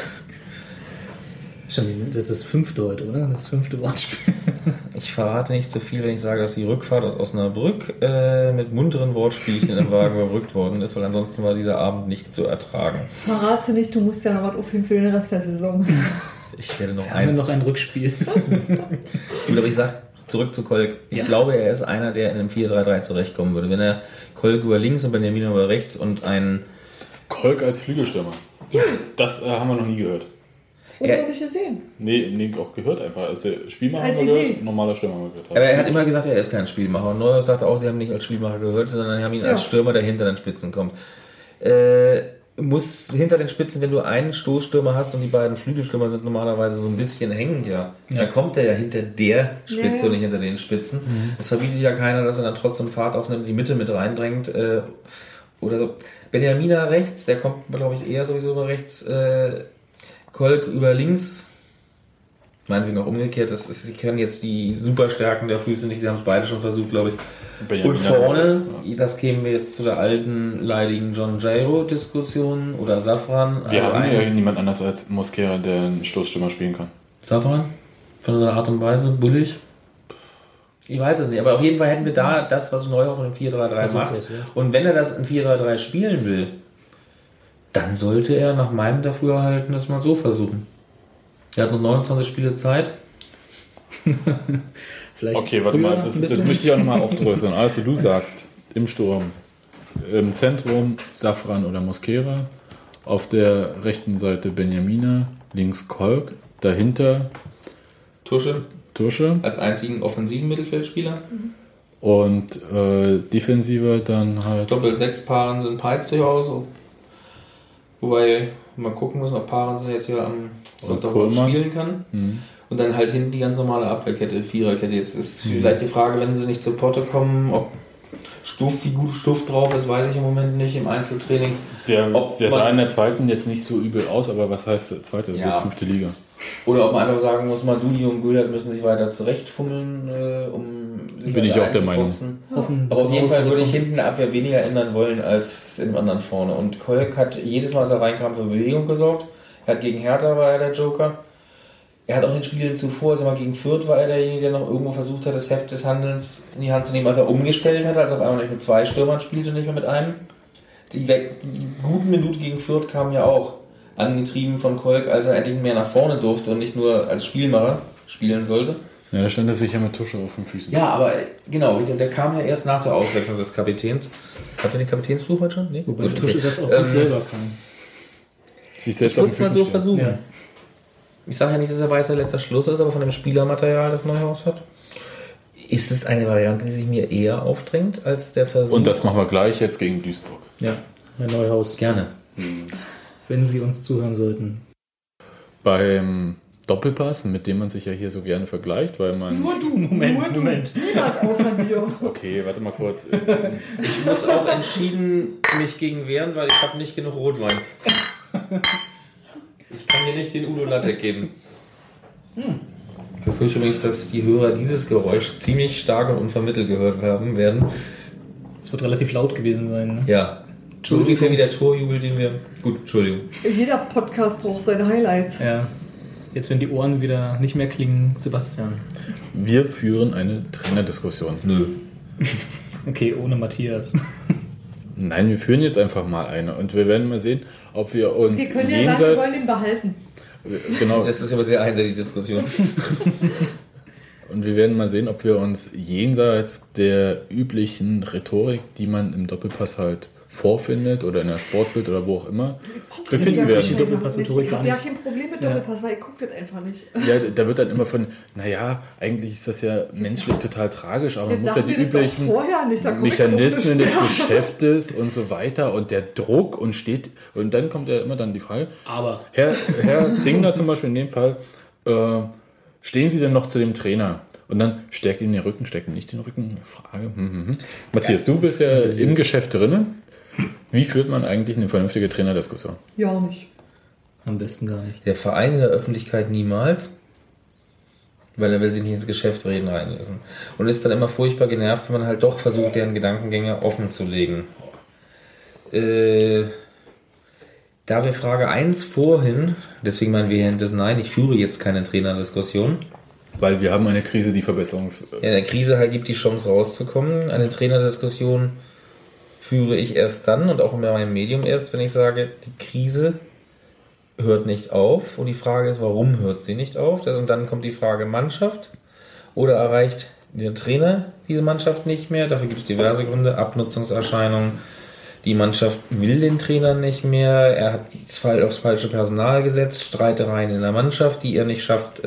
Stimmt, das ist das 5. heute, oder? Das 5. Wortspiel. Ich verrate nicht zu viel, wenn ich sage, dass die Rückfahrt aus Osnabrück mit munteren Wortspielchen im Wagen überbrückt worden ist, weil ansonsten war dieser Abend nicht zu ertragen. Verrate nicht, du musst ja noch was aufheben für den Rest der Saison. Ich werde noch Haben wir eins. noch ein Rückspiel? Gut, aber ich sage zurück zu Kolk. Ich glaube, er ist einer, der in einem 4-3-3 zurechtkommen würde. Wenn er Kolk über links und Benjamin über rechts und ein... Kolk als Flügelstürmer. Ja. Das haben wir noch nie gehört. Oder Ja. noch nicht gesehen. Nee, auch gehört einfach. Also Spielmacher haben Als wir Idee. gehört, normaler Stürmer haben wir gehört. Aber er hat immer gesagt, er ist kein Spielmacher. Und Neuer sagte auch, sie haben ihn nicht als Spielmacher gehört, sondern haben ihn als Stürmer, der hinter den Spitzen kommt. Muss hinter den Spitzen, wenn du einen Stoßstürmer hast und die beiden Flügelstürmer sind normalerweise so ein bisschen hängend, dann kommt er ja hinter der Spitze und nicht hinter den Spitzen. Das verbietet ja keiner, dass er dann trotzdem Fahrt aufnimmt, die Mitte mit reindrängt oder so. Benjamina rechts, der kommt, glaube ich, eher sowieso über rechts. Kolk über links. Meinetwegen auch umgekehrt. Sie kennen jetzt die Superstärken der Füße nicht. Sie haben es beide schon versucht, glaube ich. Benjamin Und vorne, ja. das kämen wir jetzt zu der alten, leidigen John Jairo-Diskussion oder Safran. Wir Also haben ja niemand anders als Mosquera, der einen Stoßstürmer spielen kann. Safran? Von seiner Art und Weise, bullig. Ich weiß es nicht, aber auf jeden Fall hätten wir da das, was Neuhoff im 4-3-3 macht. das, ja. Und wenn er das in 4-3-3 spielen will, dann sollte er nach meinem Dafürhalten das mal so versuchen. Er hat noch 29 Spiele Zeit. Vielleicht Okay, warte früher mal, ein das bisschen. möchte ich auch nochmal aufdröseln. Also du sagst, im Sturm, im Zentrum Safran oder Mosquera, auf der rechten Seite Benjamina, links Kolk, dahinter Tusche Tursche als einzigen offensiven Mittelfeldspieler. und defensiver dann halt... Doppel-6-Paaren sind Peitz durchaus. Wobei, mal gucken müssen, ob Paaren jetzt hier am Sonntag Kohlmann. spielen kann. Und dann halt hinten die ganz normale Abwehrkette, Viererkette. Jetzt ist vielleicht die Frage, wenn sie nicht zur Potte kommen, ob Stuff, wie gut Stuff drauf ist, weiß ich im Moment nicht im Einzeltraining. Der Ob sah man- in der zweiten jetzt nicht so übel aus, aber was heißt zweite? Das Ja. ist 5. Liga. Oder ob man einfach sagen muss, Madudi und Güllert müssen sich weiter zurechtfummeln, um sich Bin ich weiter auch der Meinung. einzufuchsen. Hoffen, Aber auf jeden Fall würde ich hin. hinten in der Abwehr weniger ändern wollen als im anderen vorne. Und Kolk hat jedes Mal, als er reinkam, für Bewegung gesorgt. Er hat gegen Hertha war er der Joker. Er hat auch in den Spielen zuvor, also mal gegen Fürth war er derjenige, der noch irgendwo versucht hat, das Heft des Handelns in die Hand zu nehmen, als er umgestellt hat, als er auf einmal nicht mit 2 Stürmern spielte, nicht mehr mit einem. Die guten Minuten gegen Fürth kamen ja auch angetrieben von Kolk, als er endlich mehr nach vorne durfte und nicht nur als Spielmacher spielen sollte. Ja, da stand er sicher mit Tusche auf den Füßen. Ja, aber genau, der kam ja erst nach der Auswechslung des Kapitäns. Hat er den Kapitänsfluch heute schon? Nee? Wobei Gut, Tusche okay. das auch gut selber kann. Sich Ich selbst würde auf es den mal Füßen so stehen. versuchen. Ja. Ich sage ja nicht, dass er weißer letzter Schluss ist, aber von dem Spielermaterial, das Neuhaus hat, ist es eine Variante, die sich mir eher aufdrängt, als der Versuch. Und das machen wir gleich jetzt gegen Duisburg. Ja, Herr Neuhaus, gerne. wenn Sie uns zuhören sollten. Beim Doppelpass, mit dem man sich ja hier so gerne vergleicht, weil man... Nur du. Moment, nur du. Moment. Niemand außer dir. Okay, warte mal kurz. Ich muss auch entschieden mich gegen wehren, weil ich habe nicht genug Rotwein. Ich kann dir nicht den Udo Latte geben. Ich befürchte übrigens, dass die Hörer dieses Geräusch ziemlich stark und unvermittelt gehört haben werden. Es wird relativ laut gewesen sein. Ne? Ja. So ungefähr wie der Torjubel, den wir... Gut, Entschuldigung. Jeder Podcast braucht seine Highlights. Ja. Jetzt, wenn die Ohren wieder nicht mehr klingen, Sebastian. Wir führen eine Trainerdiskussion. Nö. Okay, ohne Matthias. Nein, wir führen jetzt einfach mal eine und wir werden mal sehen, ob wir uns Wir können ja sagen, wir jenseits... wollen ihn behalten. Genau, Das ist aber sehr einseitige Diskussion. und wir werden mal sehen, ob wir uns jenseits der üblichen Rhetorik, die man im Doppelpass halt vorfindet oder in der Sportbild oder wo auch immer, befinden die werden. Doppelpass-Rhetorik Ich gar habe ja nicht. kein Problem mit Ja. Doppelpass, weil ich gucke das einfach nicht. Ja, da wird dann immer von, naja, eigentlich ist das ja menschlich total tragisch, aber man muss Jetzt ja sag die mir das doch üblichen vorher nicht, da komm ich drauf Mechanismen nicht des mehr. Geschäftes und so weiter und der Druck und steht, und dann kommt ja immer dann die Frage, Aber Herr Zingler zum Beispiel in dem Fall, stehen Sie denn noch zu dem Trainer? Und dann stärkt ihm den Rücken, stärkt ihm nicht den Rücken? Frage. Matthias, du bist ja im Geschäft drin. Wie führt man eigentlich eine vernünftige Trainerdiskussion? Ja, nicht. am besten gar nicht. Der Verein in der Öffentlichkeit niemals, weil er will sich nicht ins Geschäft reden reinlassen. Und ist dann immer furchtbar genervt, wenn man halt doch versucht, deren Gedankengänge offen zu legen. Da wir Frage 1 vorhin, deswegen mein vehementes Nein, ich führe jetzt keine Trainerdiskussion. Weil wir haben eine Krise, die Verbesserungs... Ja, in der Krise halt gibt die Chance rauszukommen. Eine Trainerdiskussion führe ich erst dann und auch in meinem Medium erst, wenn ich sage, die Krise hört nicht auf. Und die Frage ist, warum hört sie nicht auf? Und dann kommt die Frage Mannschaft. Oder erreicht der Trainer diese Mannschaft nicht mehr? Dafür gibt es diverse Gründe. Abnutzungserscheinungen. Die Mannschaft will den Trainer nicht mehr. Er hat aufs falsche Personal gesetzt. Streitereien in der Mannschaft, die er nicht schafft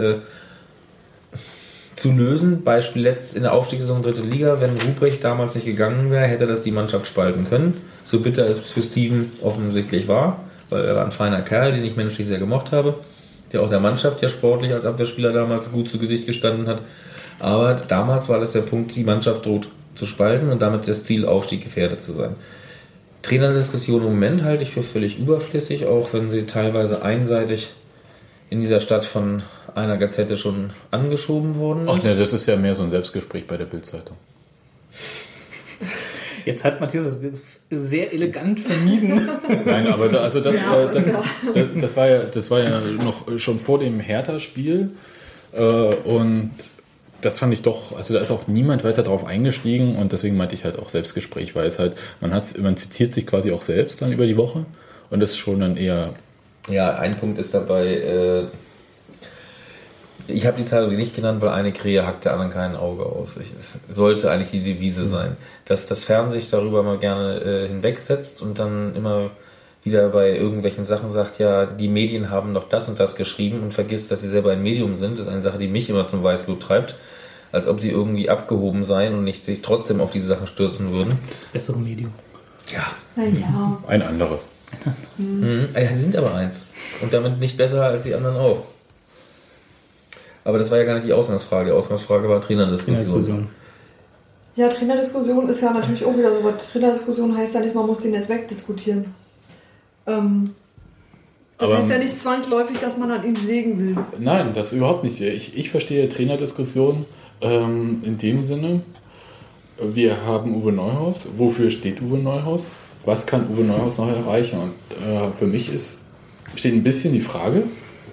zu lösen. Beispiel letzt in der Aufstiegssaison 3. Liga, wenn Ruprecht damals nicht gegangen wäre, hätte das die Mannschaft spalten können. So bitter es für Steven offensichtlich war, weil er war ein feiner Kerl, den ich menschlich sehr gemocht habe, der auch der Mannschaft ja sportlich als Abwehrspieler damals gut zu Gesicht gestanden hat. Aber damals war das der Punkt, die Mannschaft droht zu spalten und damit das Ziel Aufstieg gefährdet zu sein. Trainerdiskussion im Moment halte ich für völlig überflüssig, auch wenn sie teilweise einseitig in dieser Stadt von einer Gazette schon angeschoben worden ist. Ach ne, das ist ja mehr so ein Selbstgespräch bei der Bild-Zeitung. Jetzt hat Matthias es sehr elegant vermieden. Nein, aber das Ja, war ja noch schon vor dem Hertha-Spiel und das fand ich doch, also da ist auch niemand weiter drauf eingestiegen und deswegen meinte ich halt auch Selbstgespräch, weil es halt, man zitiert sich quasi auch selbst dann über die Woche und das ist schon dann eher... Ja, ein Punkt ist dabei, ich habe die Zeitung nicht genannt, weil eine Krähe hackt der anderen kein Auge aus. Es sollte eigentlich die Devise sein, dass das Fernsehen sich darüber mal gerne hinwegsetzt und dann immer wieder bei irgendwelchen Sachen sagt, ja, die Medien haben doch das und das geschrieben und vergisst, dass sie selber ein Medium sind. Das ist eine Sache, die mich immer zum Weißblut treibt, als ob sie irgendwie abgehoben seien und nicht sich trotzdem auf diese Sachen stürzen würden. Das bessere Medium. Ja. Naja. Ein anderes. Sie sind aber eins. Und damit nicht besser als die anderen auch. Aber das war ja gar nicht die Ausgangsfrage. Die Ausgangsfrage war Trainerdiskussion. Ja, Trainerdiskussion ist ja natürlich auch wieder so was. Trainerdiskussion heißt ja nicht, man muss den jetzt wegdiskutieren. Das Aber heißt ja nicht zwangsläufig, dass man an ihm sägen will. Nein, das überhaupt nicht. Ich verstehe Trainerdiskussion in dem Sinne, wir haben Uwe Neuhaus. Wofür steht Uwe Neuhaus? Was kann Uwe Neuhaus noch erreichen? Und für mich steht ein bisschen die Frage,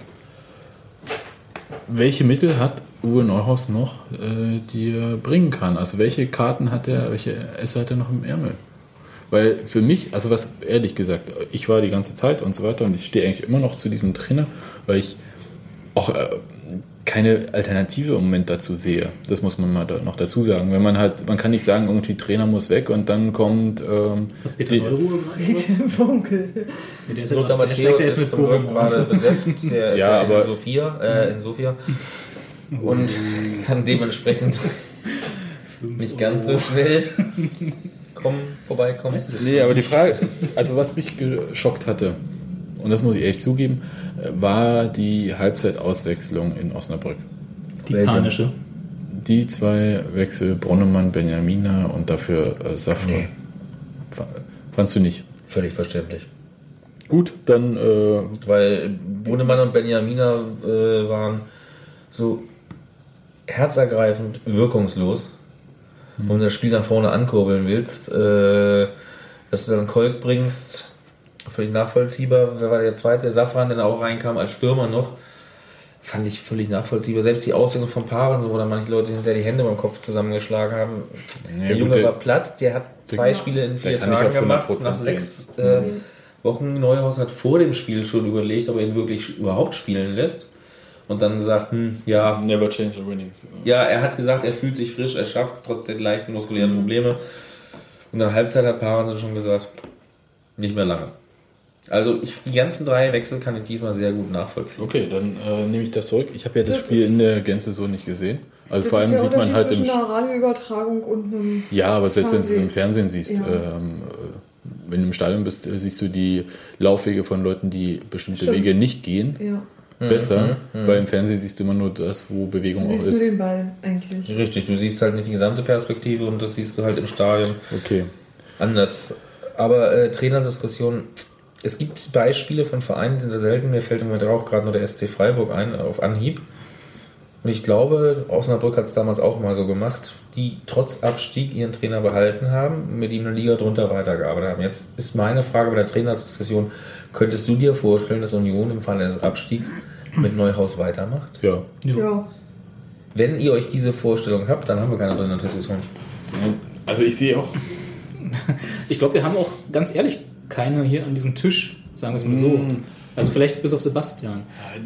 welche Mittel hat Uwe Neuhaus noch, die er bringen kann? Also welche Karten hat er, welche Esse hat er noch im Ärmel? Weil für mich, also was ehrlich gesagt, ich war die ganze Zeit und so weiter und ich stehe eigentlich immer noch zu diesem Trainer, weil ich auch keine Alternative im Moment dazu sehe. Das muss man mal noch dazu sagen. Wenn man halt, man kann nicht sagen, irgendwie Trainer muss weg und dann kommt Peter Neuruhr Funkel. der ist Lothar Matthäus ist zum Glück gerade besetzt. Der ist Ja, aber- in Sofia. Und kann dementsprechend nicht ganz so schnell vorbeikommen. Nee, aber die Frage, also was mich geschockt hatte, und das muss ich ehrlich zugeben, war die Halbzeitauswechslung in Osnabrück. die Welche? panische. Die zwei Wechsel, Bronnemann, Benjamina und dafür Safra. Nee. Fandst du nicht? Völlig verständlich. Gut, dann Weil Brunnemann und Benjamina waren so herzergreifend wirkungslos. Und wenn du das Spiel nach vorne ankurbeln willst, dass du dann Kolk bringst, völlig nachvollziehbar. Wer war der zweite? Safran, der auch reinkam als Stürmer noch, fand ich völlig nachvollziehbar. Selbst die Auswechslung von Paaren, so, wo dann manche Leute hinter die Hände beim Kopf zusammengeschlagen haben. Ja, Der gut, Junge der- war platt, der hat 2 Spiele in 4 kann nicht Tagen auf gemacht. 100% Nach 6 Wochen Neuhaus hat vor dem Spiel schon überlegt, ob er ihn wirklich überhaupt spielen lässt. Und dann gesagt, ja, never change the winnings. ja, er hat gesagt, er fühlt sich frisch, er schafft es trotz der leichten muskulären Probleme. Und dann Halbzeit hat Paaren schon gesagt, nicht mehr lange. Also die ganzen 3 Wechsel kann ich diesmal sehr gut nachvollziehen. Okay, dann nehme ich das zurück. Ich habe ja das Das Spiel ist- in der Gänze so nicht gesehen. Also Das vor ist allem der sieht man Unterschied halt im... zwischen einer Radioübertragung und einem... Ja, aber selbst wenn du es im Fernsehen. Fernsehen siehst, Ja. wenn du im Stadion bist, siehst du die Laufwege von Leuten, die bestimmte Stimmt. Wege nicht gehen, Ja, besser. Weil im Fernsehen siehst du immer nur das, wo Bewegung du auch siehst nur ist. den Ball eigentlich. Richtig, du siehst halt nicht die gesamte Perspektive und das siehst du halt im Stadion Okay. anders. Aber Trainerdiskussion, es gibt Beispiele von Vereinen, die sind da selten. Mir fällt im Moment auch gerade nur der SC Freiburg ein, auf Anhieb. Und ich glaube, Osnabrück hat es damals auch mal so gemacht, die trotz Abstieg ihren Trainer behalten haben, mit ihm eine Liga drunter weitergearbeitet haben. Jetzt ist meine Frage bei der Trainerdiskussion, könntest du dir vorstellen, dass Union im Falle des Abstiegs mit Neuhaus weitermacht? Ja. Ja. Wenn ihr euch diese Vorstellung habt, dann haben wir keine Trainerdiskussion. Also ich sehe auch... Ich glaube, wir haben auch ganz ehrlich keine hier an diesem Tisch, sagen wir es mal so. Also vielleicht bis auf Sebastian.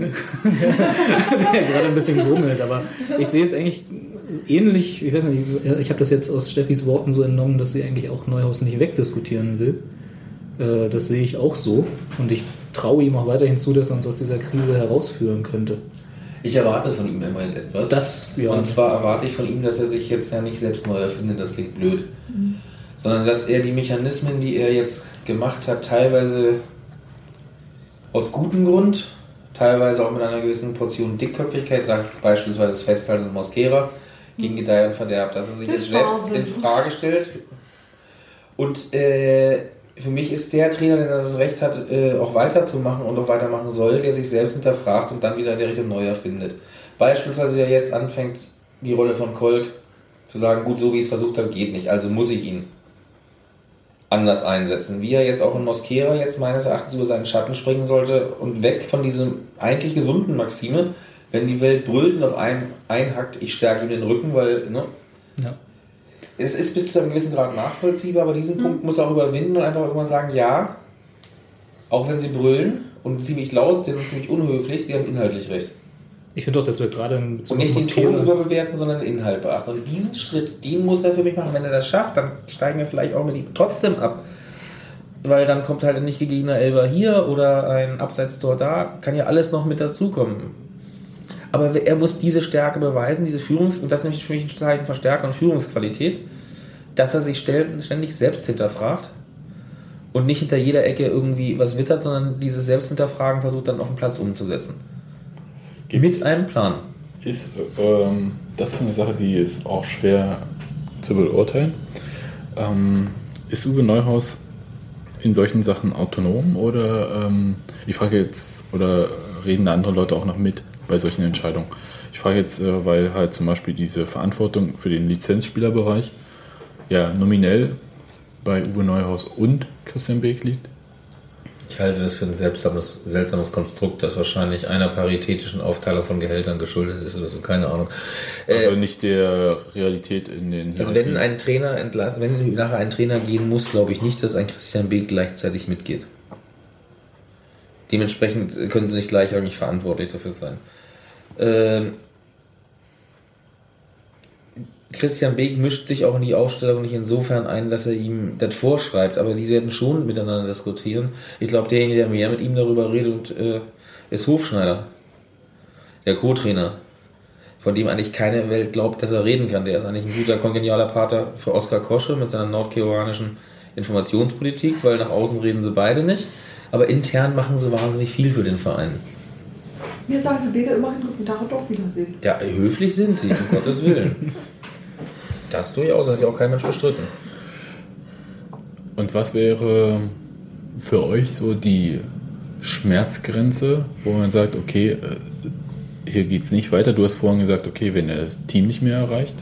Der gerade ein bisschen grummelt, aber ich sehe es eigentlich ähnlich, ich weiß nicht, ich habe das jetzt aus Steffis Worten so entnommen, dass sie eigentlich auch Neuhaus nicht wegdiskutieren will. Das sehe ich auch so und ich traue ihm auch weiterhin zu, dass er uns aus dieser Krise herausführen könnte. Ich erwarte von ihm immerhin etwas. Das, ja. Und zwar erwarte ich von ihm, dass er sich jetzt ja nicht selbst neu erfindet, das klingt blöd. Sondern dass er die Mechanismen, die er jetzt gemacht hat, teilweise aus gutem Grund, teilweise auch mit einer gewissen Portion Dickköpfigkeit, sagt beispielsweise das Festhalten in Mosquera gegen Gedeih und Verderb, dass er sich Das jetzt ist selbst Wahnsinn. in Frage stellt. Und für mich ist der Trainer, der das Recht hat, auch weiterzumachen und auch weitermachen soll, der sich selbst hinterfragt und dann wieder der Richtung neu erfindet. Beispielsweise, der jetzt anfängt, die Rolle von Kolk zu sagen, gut, so wie ich es versucht habe, geht nicht, also muss ich ihn anders einsetzen. Wie er jetzt auch in Mosquera jetzt meines Erachtens über seinen Schatten springen sollte und weg von diesem eigentlich gesunden Maxime, Wenn die Welt brüllt und auf einen einhackt, ich stärke ihm den Rücken, weil, ne? Ja. Es ist bis zu einem gewissen Grad nachvollziehbar, aber diesen Punkt muss er auch überwinden und einfach irgendwann sagen, ja, auch wenn sie brüllen und ziemlich laut sind und ziemlich unhöflich, sie haben inhaltlich recht. Ich finde doch, dass wir gerade in Bezug Und nicht auf den Ton Atmosphäre- überbewerten, sondern den Inhalt beachten. Und diesen Schritt, den muss er für mich machen. Wenn er das schafft, dann steigen wir vielleicht auch mit ihm trotzdem ab. Weil dann kommt halt nicht die Gegner Elfer hier oder ein Abseitstor da. Kann ja alles noch mit dazukommen. Aber er muss diese Stärke beweisen, diese und das ist nämlich für mich ein Zeichen von Stärke und Führungsqualität, dass er sich ständig selbst hinterfragt und nicht hinter jeder Ecke irgendwie was wittert, sondern dieses Selbsthinterfragen versucht dann auf dem Platz umzusetzen. Mit einem Plan. Ist das ist eine Sache, die ist auch schwer zu beurteilen. Ist Uwe Neuhaus in solchen Sachen autonom oder ich frage jetzt, oder reden da andere Leute auch noch mit bei solchen Entscheidungen? Ich frage jetzt, weil halt zum Beispiel diese Verantwortung für den Lizenzspielerbereich ja nominell bei Uwe Neuhaus und Christian Beek liegt. Ich halte das für ein seltsames Konstrukt, das wahrscheinlich einer paritätischen Aufteilung von Gehältern geschuldet ist oder so, keine Ahnung. Also nicht der Realität in den Also wenn ein Trainer wenn nachher ein Trainer gehen muss, glaube ich nicht, dass ein Christian Beek gleichzeitig mitgeht. Dementsprechend können sie nicht gleich eigentlich verantwortlich dafür sein. Christian Beek mischt sich auch in die Aufstellung nicht insofern ein, dass er ihm das vorschreibt, aber die werden schon miteinander diskutieren. Ich glaube, derjenige, der mehr mit ihm darüber redet, ist Hofschneider, der Co-Trainer, von dem eigentlich keine Welt glaubt, dass er reden kann. Der ist eigentlich ein guter, kongenialer Partner für Oskar Kosche mit seiner nordkoreanischen Informationspolitik, weil nach außen reden sie beide nicht, aber intern machen sie wahnsinnig viel für den Verein. Mir sagen sie beide immerhin guten Tag und auf Wiedersehen. Ja, höflich sind sie, um Gottes Willen. Das durchaus, hat ja auch kein Mensch bestritten. Und was wäre für euch so die Schmerzgrenze, wo man sagt, okay, hier geht es nicht weiter? Du hast vorhin gesagt, okay, wenn er das Team nicht mehr erreicht.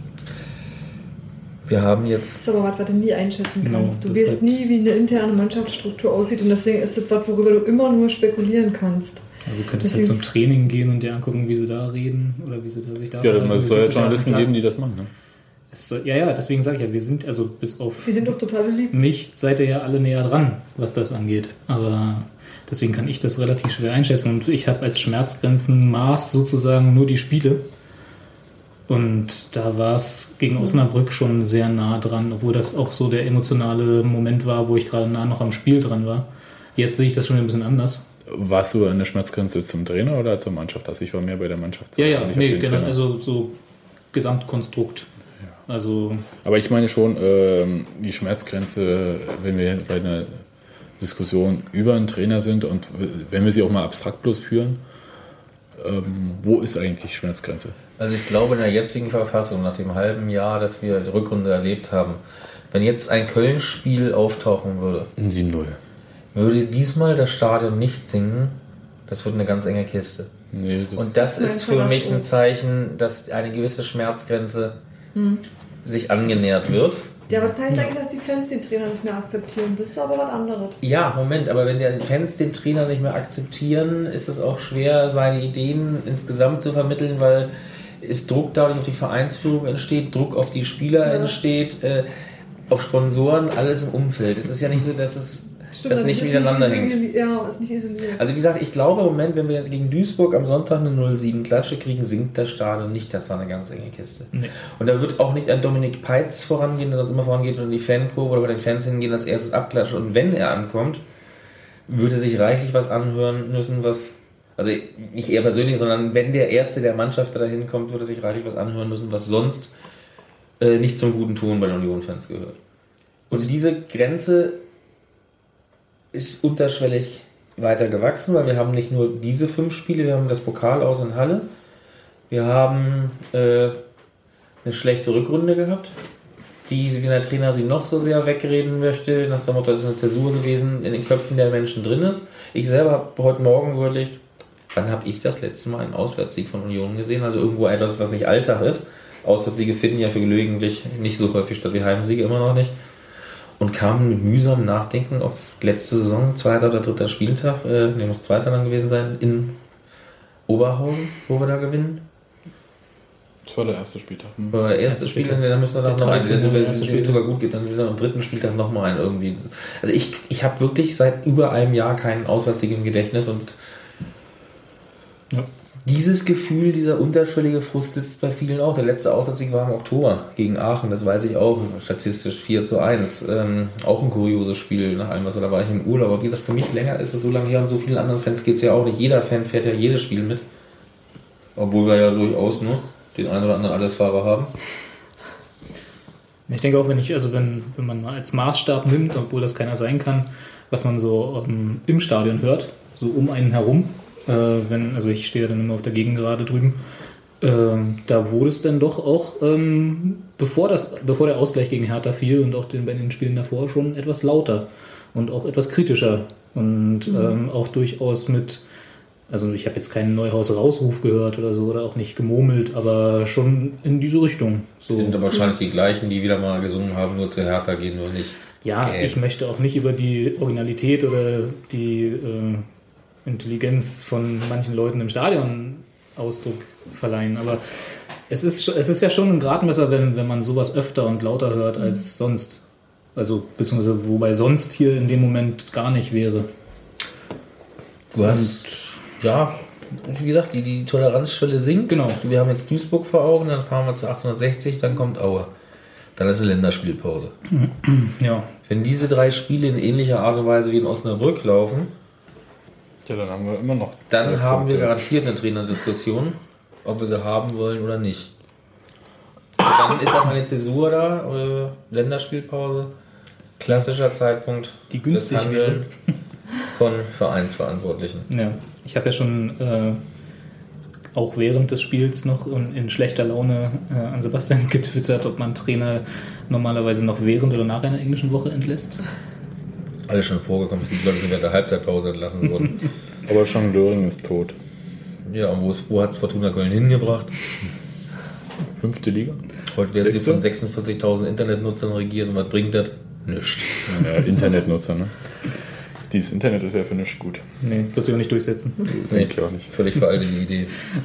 Wir haben Das jetzt... ist aber was du nie einschätzen Genau, kannst. Du das weißt halt- nie, wie eine interne Mannschaftsstruktur aussieht und deswegen ist das was, worüber du immer nur spekulieren kannst. Also du könntest Deswegen- halt zum Training gehen und dir angucken, wie sie da reden oder wie sie da sich da Ja, dann Das soll ja ist Journalisten auf dem geben, die Platz. das machen. Ne? Ja, deswegen sage ich ja, wir sind also bis auf Die sind doch total beliebt. mich seid ihr ja alle näher dran, was das angeht. Aber deswegen kann ich das relativ schwer einschätzen. Und ich habe als Schmerzgrenzenmaß sozusagen nur die Spiele. Und da war es gegen Osnabrück schon sehr nah dran, obwohl das auch so der emotionale Moment war, wo ich gerade nah noch am Spiel dran war. Jetzt sehe ich das schon ein bisschen anders. Warst du an der Schmerzgrenze zum Trainer oder zur Mannschaft? Also ich war mehr bei der Mannschaft. Ja, nicht auf nee, den genau, Trainer. also so Gesamtkonstrukt. Also Aber ich meine schon, die Schmerzgrenze, wenn wir bei einer Diskussion über einen Trainer sind und wenn wir sie auch mal abstrakt bloß führen, wo ist eigentlich Schmerzgrenze? Also ich glaube, in der jetzigen Verfassung, nach dem halben Jahr, dass wir die Rückrunde erlebt haben, wenn jetzt ein Köln-Spiel auftauchen würde, Ein 7-0. würde diesmal das Stadion nicht singen, das wird eine ganz enge Kiste. Nee, Und das ist für mich ein Zeichen, dass eine gewisse Schmerzgrenze sich angenähert wird. Ja, aber das heißt eigentlich, dass die Fans den Trainer nicht mehr akzeptieren. Das ist aber was anderes. Ja, Moment, aber wenn die Fans den Trainer nicht mehr akzeptieren, ist es auch schwer, seine Ideen insgesamt zu vermitteln, weil es Druck dadurch auf die Vereinsführung entsteht, Druck auf die Spieler entsteht, auf Sponsoren, alles im Umfeld. Es ist ja nicht so, dass es das nicht miteinander hängt. Ja, ist nicht isoliert. Also wie gesagt, ich glaube im Moment, wenn wir gegen Duisburg am Sonntag eine 0-7 Klatsche kriegen, sinkt das Stadion nicht. Das war eine ganz enge Kiste. Nee. Und da wird auch nicht ein Dominik Peitz vorangehen, der sonst immer vorangeht und die Fankurve oder bei den Fans hingehen, als erstes abklatschen. Und wenn er ankommt, würde sich reichlich was anhören müssen, was, also nicht er persönlich, sondern wenn der Erste der Mannschaft da hinkommt, würde sich reichlich was anhören müssen, was sonst nicht zum guten Ton bei den Union-Fans gehört. Und diese Grenze ist unterschwellig weiter gewachsen, weil wir haben nicht nur diese 5 Spiele, wir haben das Pokal aus in Halle, wir haben eine schlechte Rückrunde gehabt, die, wenn der Trainer sie noch so sehr wegreden möchte, nach dem Motto, das ist eine Zäsur gewesen, in den Köpfen der Menschen drin ist. Ich selber habe heute Morgen überlegt, wann habe ich das letzte Mal einen Auswärtssieg von Union gesehen, also irgendwo etwas, was nicht Alltag ist. Auswärtssiege finden ja für gelegentlich nicht so häufig statt wie Heimsiege, immer noch nicht. Und kam mit mühsamem Nachdenken auf letzte Saison, 2. oder 3. Spieltag, muss 2. dann gewesen sein, in Oberhausen, wo wir da gewinnen. Das war der erste Spieltag. War der erste Spieltag, dann müssen wir da Der noch einen, 13. wenn erste es Spieltag. sogar gut geht, dann wieder am dritten Spieltag nochmal einen irgendwie. Also ich habe wirklich seit über einem Jahr keinen Auswärtssieg im Gedächtnis und Ja. dieses Gefühl, dieser unterschwellige Frust sitzt bei vielen auch. Der letzte Auswärtssieg war im Oktober gegen Aachen, das weiß ich auch, statistisch 4:1. Auch ein kurioses Spiel nach allem, was da war ich im Urlaub. Aber wie gesagt, für mich länger ist es so lange her und so vielen anderen Fans geht es ja auch nicht. Jeder Fan fährt ja jedes Spiel mit. Obwohl wir ja durchaus nur den einen oder anderen Allesfahrer haben. Ich denke auch, wenn man mal als Maßstab nimmt, obwohl das keiner sein kann, was man so im Stadion hört, so um einen herum, also ich stehe ja dann immer auf der Gegengerade drüben, da wurde es dann doch auch, bevor der Ausgleich gegen Hertha fiel und auch bei den Spielen davor schon etwas lauter und auch etwas kritischer und auch durchaus mit. Also ich habe jetzt keinen Neuhaus-Rausruf gehört oder so oder auch nicht gemurmelt, aber schon in diese Richtung. So. Sind aber wahrscheinlich die gleichen, die wieder mal gesungen haben, nur zu Hertha gehen, nur nicht. Ja, ich möchte auch nicht über die Originalität oder die Intelligenz von manchen Leuten im Stadion Ausdruck verleihen, aber es ist ja schon ein Gradmesser, wenn man sowas öfter und lauter hört als sonst. Also beziehungsweise wobei sonst hier in dem Moment gar nicht wäre. Du hast, ja, wie gesagt, die Toleranzschwelle sinkt. Genau. Wir haben jetzt Duisburg vor Augen, dann fahren wir zu 1860, dann kommt Aue. Dann ist eine Länderspielpause. Ja, Wenn diese 3 Spiele in ähnlicher Art und Weise wie in Osnabrück laufen, Ja, dann haben wir immer noch. dann 2 haben wir Punkte. garantiert eine Trainerdiskussion, ob wir sie haben wollen oder nicht. Und dann ist auch eine Zäsur da, Länderspielpause, klassischer Zeitpunkt Die günstig des Handeln von Vereinsverantwortlichen. ja. Ich habe ja schon auch während des Spiels noch in schlechter Laune an Sebastian getwittert, ob man Trainer normalerweise noch während oder nach einer englischen Woche entlässt. Alles schon vorgekommen, es gibt Leute, die während der Halbzeitpause entlassen wurden. Aber schon Löring ist tot. Ja, und wo hat es Fortuna Köln hingebracht? 5. Liga? Heute werden sie 6. von 46.000 Internetnutzern regiert und was bringt das? Nichts. Ja, Internetnutzer, ne? Dieses Internet ist ja für nichts gut. Nee, wird sich auch nicht durchsetzen. Nee, Ich auch nicht. völlig veraltete Idee.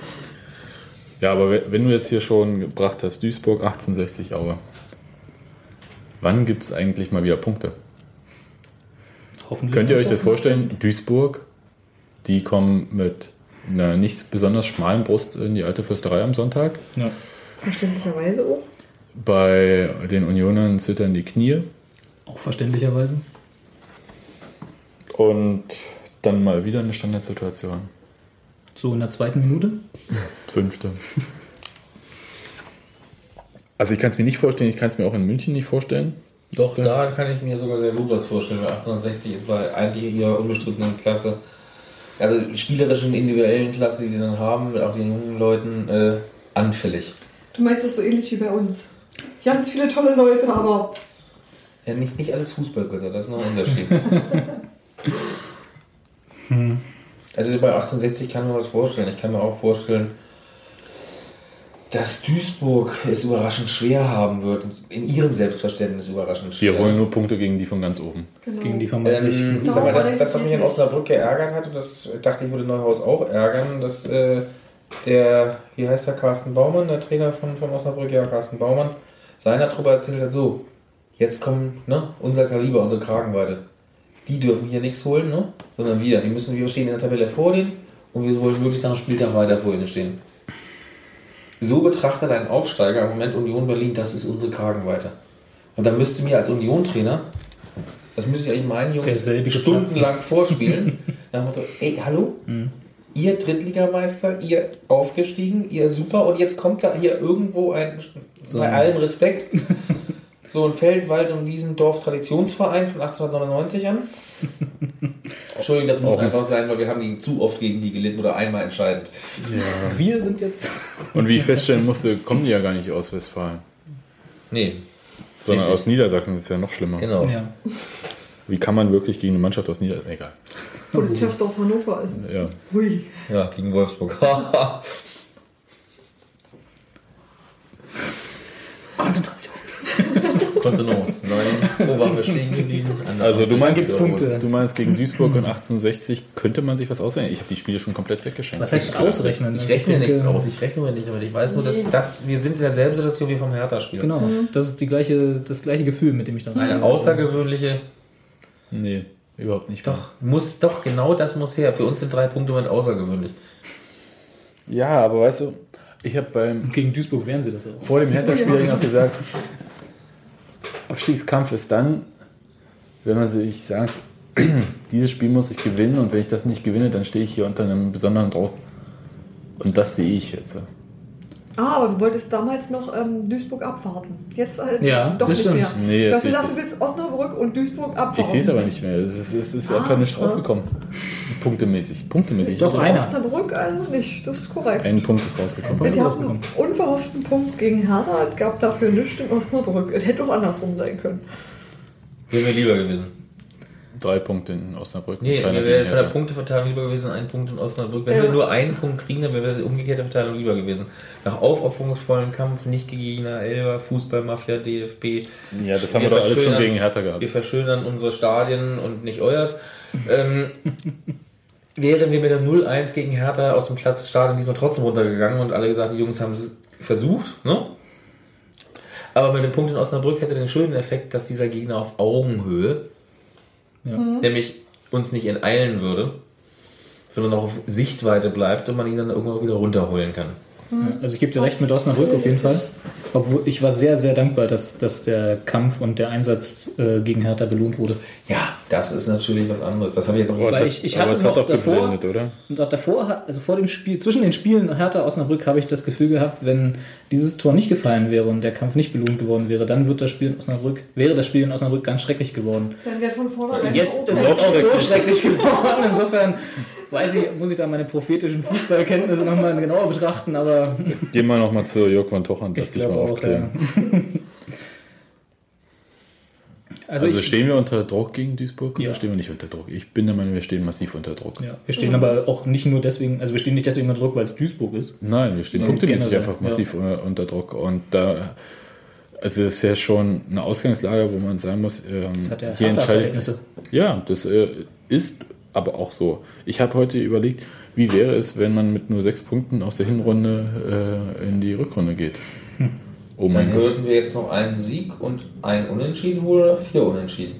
Ja, aber wenn du jetzt hier schon gebracht hast, Duisburg, 1860 Aue. Wann gibt es eigentlich mal wieder Punkte? Hoffentlich. Könnt ihr euch das vorstellen? Duisburg, die kommen mit einer nicht besonders schmalen Brust in die alte Fürsterei am Sonntag. Ja. Verständlicherweise auch. Bei den Unionern zittern die Knie. Auch verständlicherweise. Und dann mal wieder eine Standardsituation. So in der 2. Minute. 5. Also ich kann es mir nicht vorstellen, ich kann es mir auch in München nicht vorstellen. Doch, da kann ich mir sogar sehr gut was vorstellen, weil 1860 ist bei eigentlich ihrer unbestrittenen Klasse, also spielerischen, individuellen Klasse, die sie dann haben, mit auch den jungen Leuten, anfällig. Du meinst das so ähnlich wie bei uns. Ganz viele tolle Leute, aber Ja, nicht alles Fußballgötter, das ist noch ein Unterschied. Also bei 1860 kann man was vorstellen. Ich kann mir auch vorstellen, dass Duisburg es überraschend schwer haben wird. In ihrem Selbstverständnis überraschend schwer. Wir wollen nur Punkte gegen die von ganz oben. genau. Gegen die vermeintlich. Ich sag mal, das, was mich in Osnabrück geärgert hat, und das dachte ich, würde Neuhaus auch ärgern, dass wie heißt der, Carsten Baumann, der Trainer von Osnabrück, ja, Carsten Baumann, seiner Truppe erzählt hat, so, jetzt kommen unser Kaliber, unsere Kragenweite. Die dürfen hier nichts holen, ne? Sondern wir stehen in der Tabelle vor denen und wir wollen möglichst am Spieltag weiter vor ihnen stehen. So betrachtet ein Aufsteiger im Moment Union Berlin, das ist unsere Kragenweite. Und dann müsste mir als Union-Trainer, das müsste ich eigentlich meinen Jungs Derselbige stundenlang vorspielen, nach dem Motto, ey, hallo? Ihr Drittligameister, ihr aufgestiegen, ihr super, und jetzt kommt da hier irgendwo bei allem Respekt, so ein Feld-, Wald- und Wiesendorf-Traditionsverein von 1899 an. Entschuldigung, das muss einfach sein, weil wir haben zu oft gegen die gelitten oder einmal entscheidend. Wir sind jetzt. Und wie ich feststellen musste, kommen die ja gar nicht aus Westfalen, Nee, sondern Richtig. aus Niedersachsen. Das ist ja noch schlimmer. genau. Ja. Wie kann man wirklich gegen eine Mannschaft aus Niedersachsen? Egal. Polizeistadt Hannover ist. Ja. Hui. Ja, gegen Wolfsburg. Konzentration. Kontenance. 9. Wo waren wir stehen geblieben? Also du meinst, gibt's Punkte. du meinst gegen Duisburg und 1860 könnte man sich was ausrechnen? Ich habe die Spiele schon komplett weggeschenkt. Was heißt ausrechnen? Ich Also rechne denke, nichts aus, ich rechne mir nicht damit. Ich weiß nur, dass wir sind in derselben Situation wie vom Hertha-Spiel. Genau, das ist das gleiche Gefühl, mit dem ich dann Eine außergewöhnliche, Nee, überhaupt nicht. genau das muss her. Für uns sind 3 Punkte mit außergewöhnlich. Ja, aber weißt du, ich habe Gegen Duisburg wären sie das auch. vor dem Hertha-Spiel noch gesagt, Abstiegskampf ist dann, wenn man sich sagt, dieses Spiel muss ich gewinnen und wenn ich das nicht gewinne, dann stehe ich hier unter einem besonderen Druck. Und das sehe ich jetzt. Aber du wolltest damals noch Duisburg abwarten. Jetzt Ja, doch das nicht stimmt. mehr. Nee, du hast jetzt gesagt, sehe du willst Osnabrück und Duisburg abwarten. Ich sehe es aber nicht mehr. Es ist einfach nicht rausgekommen. Punktemäßig. Doch, einer. Osnabrück nicht, das ist korrekt. Ein Punkt ist rausgekommen. Punkt. Wir haben rausgekommen. einen unverhofften Punkt gegen Hertha, es gab dafür nichts in Osnabrück. Es hätte auch andersrum sein können. Wäre mir lieber gewesen. 3 Punkte in Osnabrück. Nee, Keiner mir wäre gegen von der Hertha. Punkteverteilung lieber gewesen, 1 Punkt in Osnabrück. Wenn Ja. wir nur einen Punkt kriegen, dann wäre die umgekehrte Verteilung lieber gewesen. Nach aufopferungsvollen Kampf, nicht gegen Elber, Fußballmafia, DFB. Ja, das haben wir doch alles schon gegen Hertha gehabt. Wir verschönern unsere Stadien und nicht euers. Wären wir mit der 0-1 gegen Hertha aus dem Stadion diesmal trotzdem runtergegangen und alle gesagt, die Jungs haben es versucht, ne? Aber mit dem Punkt in Osnabrück hätte den schönen Effekt, dass dieser Gegner auf Augenhöhe nämlich uns nicht enteilen würde, sondern auch auf Sichtweite bleibt und man ihn dann irgendwann auch wieder runterholen kann. Also ich gebe dir recht mit Osnabrück auf jeden Fall. Obwohl ich war sehr, sehr dankbar, dass der Kampf und der Einsatz gegen Hertha belohnt wurde. Ja, das ist natürlich was anderes. Das habe ich jetzt auch Aber Weil es ich aber hatte es hat noch doch davor- geblendet, oder? Und auch davor, also vor dem Spiel, zwischen den Spielen Hertha Osnabrück, habe ich das Gefühl gehabt, wenn dieses Tor nicht gefallen wäre und der Kampf nicht belohnt geworden wäre, dann wäre das Spiel in Osnabrück ganz schrecklich geworden. Dann wird von vornherein Jetzt ist es auch so schrecklich geworden. Insofern muss ich da meine prophetischen Fußballkenntnisse nochmal genauer betrachten, aber Gehen wir nochmal zu Jörg von Tochern, lass ich dich mal glaube auch, aufklären. ja. Also, Also stehen wir unter Druck gegen Duisburg Ja. oder stehen wir nicht unter Druck? Ich bin der Meinung, wir stehen massiv unter Druck. ja, wir stehen aber auch nicht nur deswegen, also wir stehen nicht deswegen unter Druck, weil es Duisburg ist. Nein, wir stehen Sondern punktemäßig generell, einfach massiv unter Druck. Und da, also es ist ja schon eine Ausgangslage, wo man sagen muss, Das hat ja hier entscheidet Hertha-Verhältnisse. Ja, das ist aber auch so. Ich habe heute überlegt, wie wäre es, wenn man mit nur 6 Punkten aus der Hinrunde in die Rückrunde geht? Oh mein Dann Gott. würden wir jetzt noch einen Sieg und einen Unentschieden holen oder 4 Unentschieden.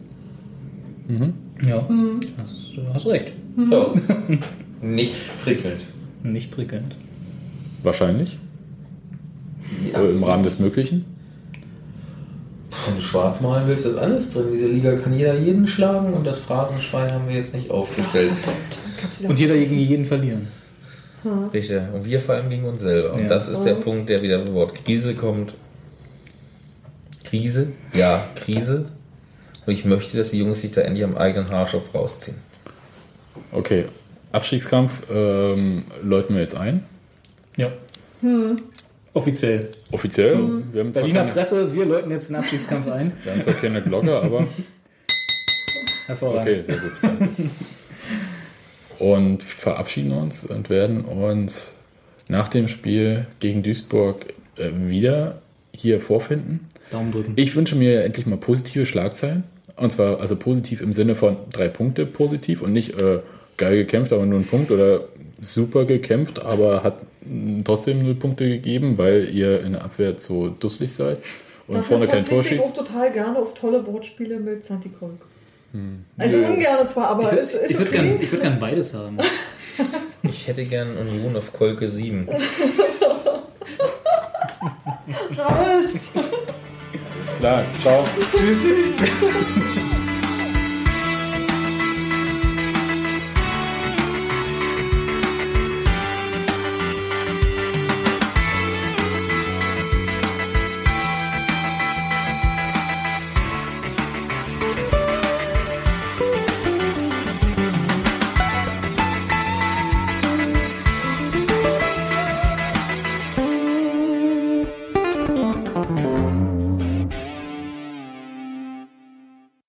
Ja, du hast recht. Ja. Nicht prickelnd. Nicht prickelnd. Wahrscheinlich. Ja. Im Rahmen des Möglichen. Wenn du schwarz malen willst, ist alles drin. In dieser Liga kann jeder jeden schlagen und das Phrasenschwein haben wir jetzt nicht aufgestellt. Und jeder gegen jeden verlieren. Richtig. Und wir vor allem gegen uns selber. Und Ja. das ist der Punkt, der wieder das Wort Krise kommt. Krise? Ja, Krise. Und ich möchte, dass die Jungs sich da endlich am eigenen Haarschopf rausziehen. Okay, Abstiegskampf läuten wir jetzt ein. Ja. Offiziell. Offiziell. Wir haben zwar Berliner keine, Presse, wir läuten jetzt den Abstiegskampf ein. wir haben zwar keine Glocke, aber Hervorragend. okay, sehr gut. Danke. Und verabschieden uns und werden uns nach dem Spiel gegen Duisburg wieder hier vorfinden. Daumen drücken. Ich wünsche mir endlich mal positive Schlagzeilen. Und zwar also positiv im Sinne von 3 Punkte positiv und nicht geil gekämpft, aber nur ein Punkt oder super gekämpft, aber hat trotzdem 0 Punkte gegeben, weil ihr in der Abwehr so dusselig seid und Dafür vorne kein Tor verzichte ich schießt. auch total gerne auf tolle Wortspiele mit Santi Kolk. Also ungern zwar, aber es ist Ich würde okay. gern beides haben. Ich hätte gern Union auf Kolke 7. Raus! Klar, ciao. Tschüss.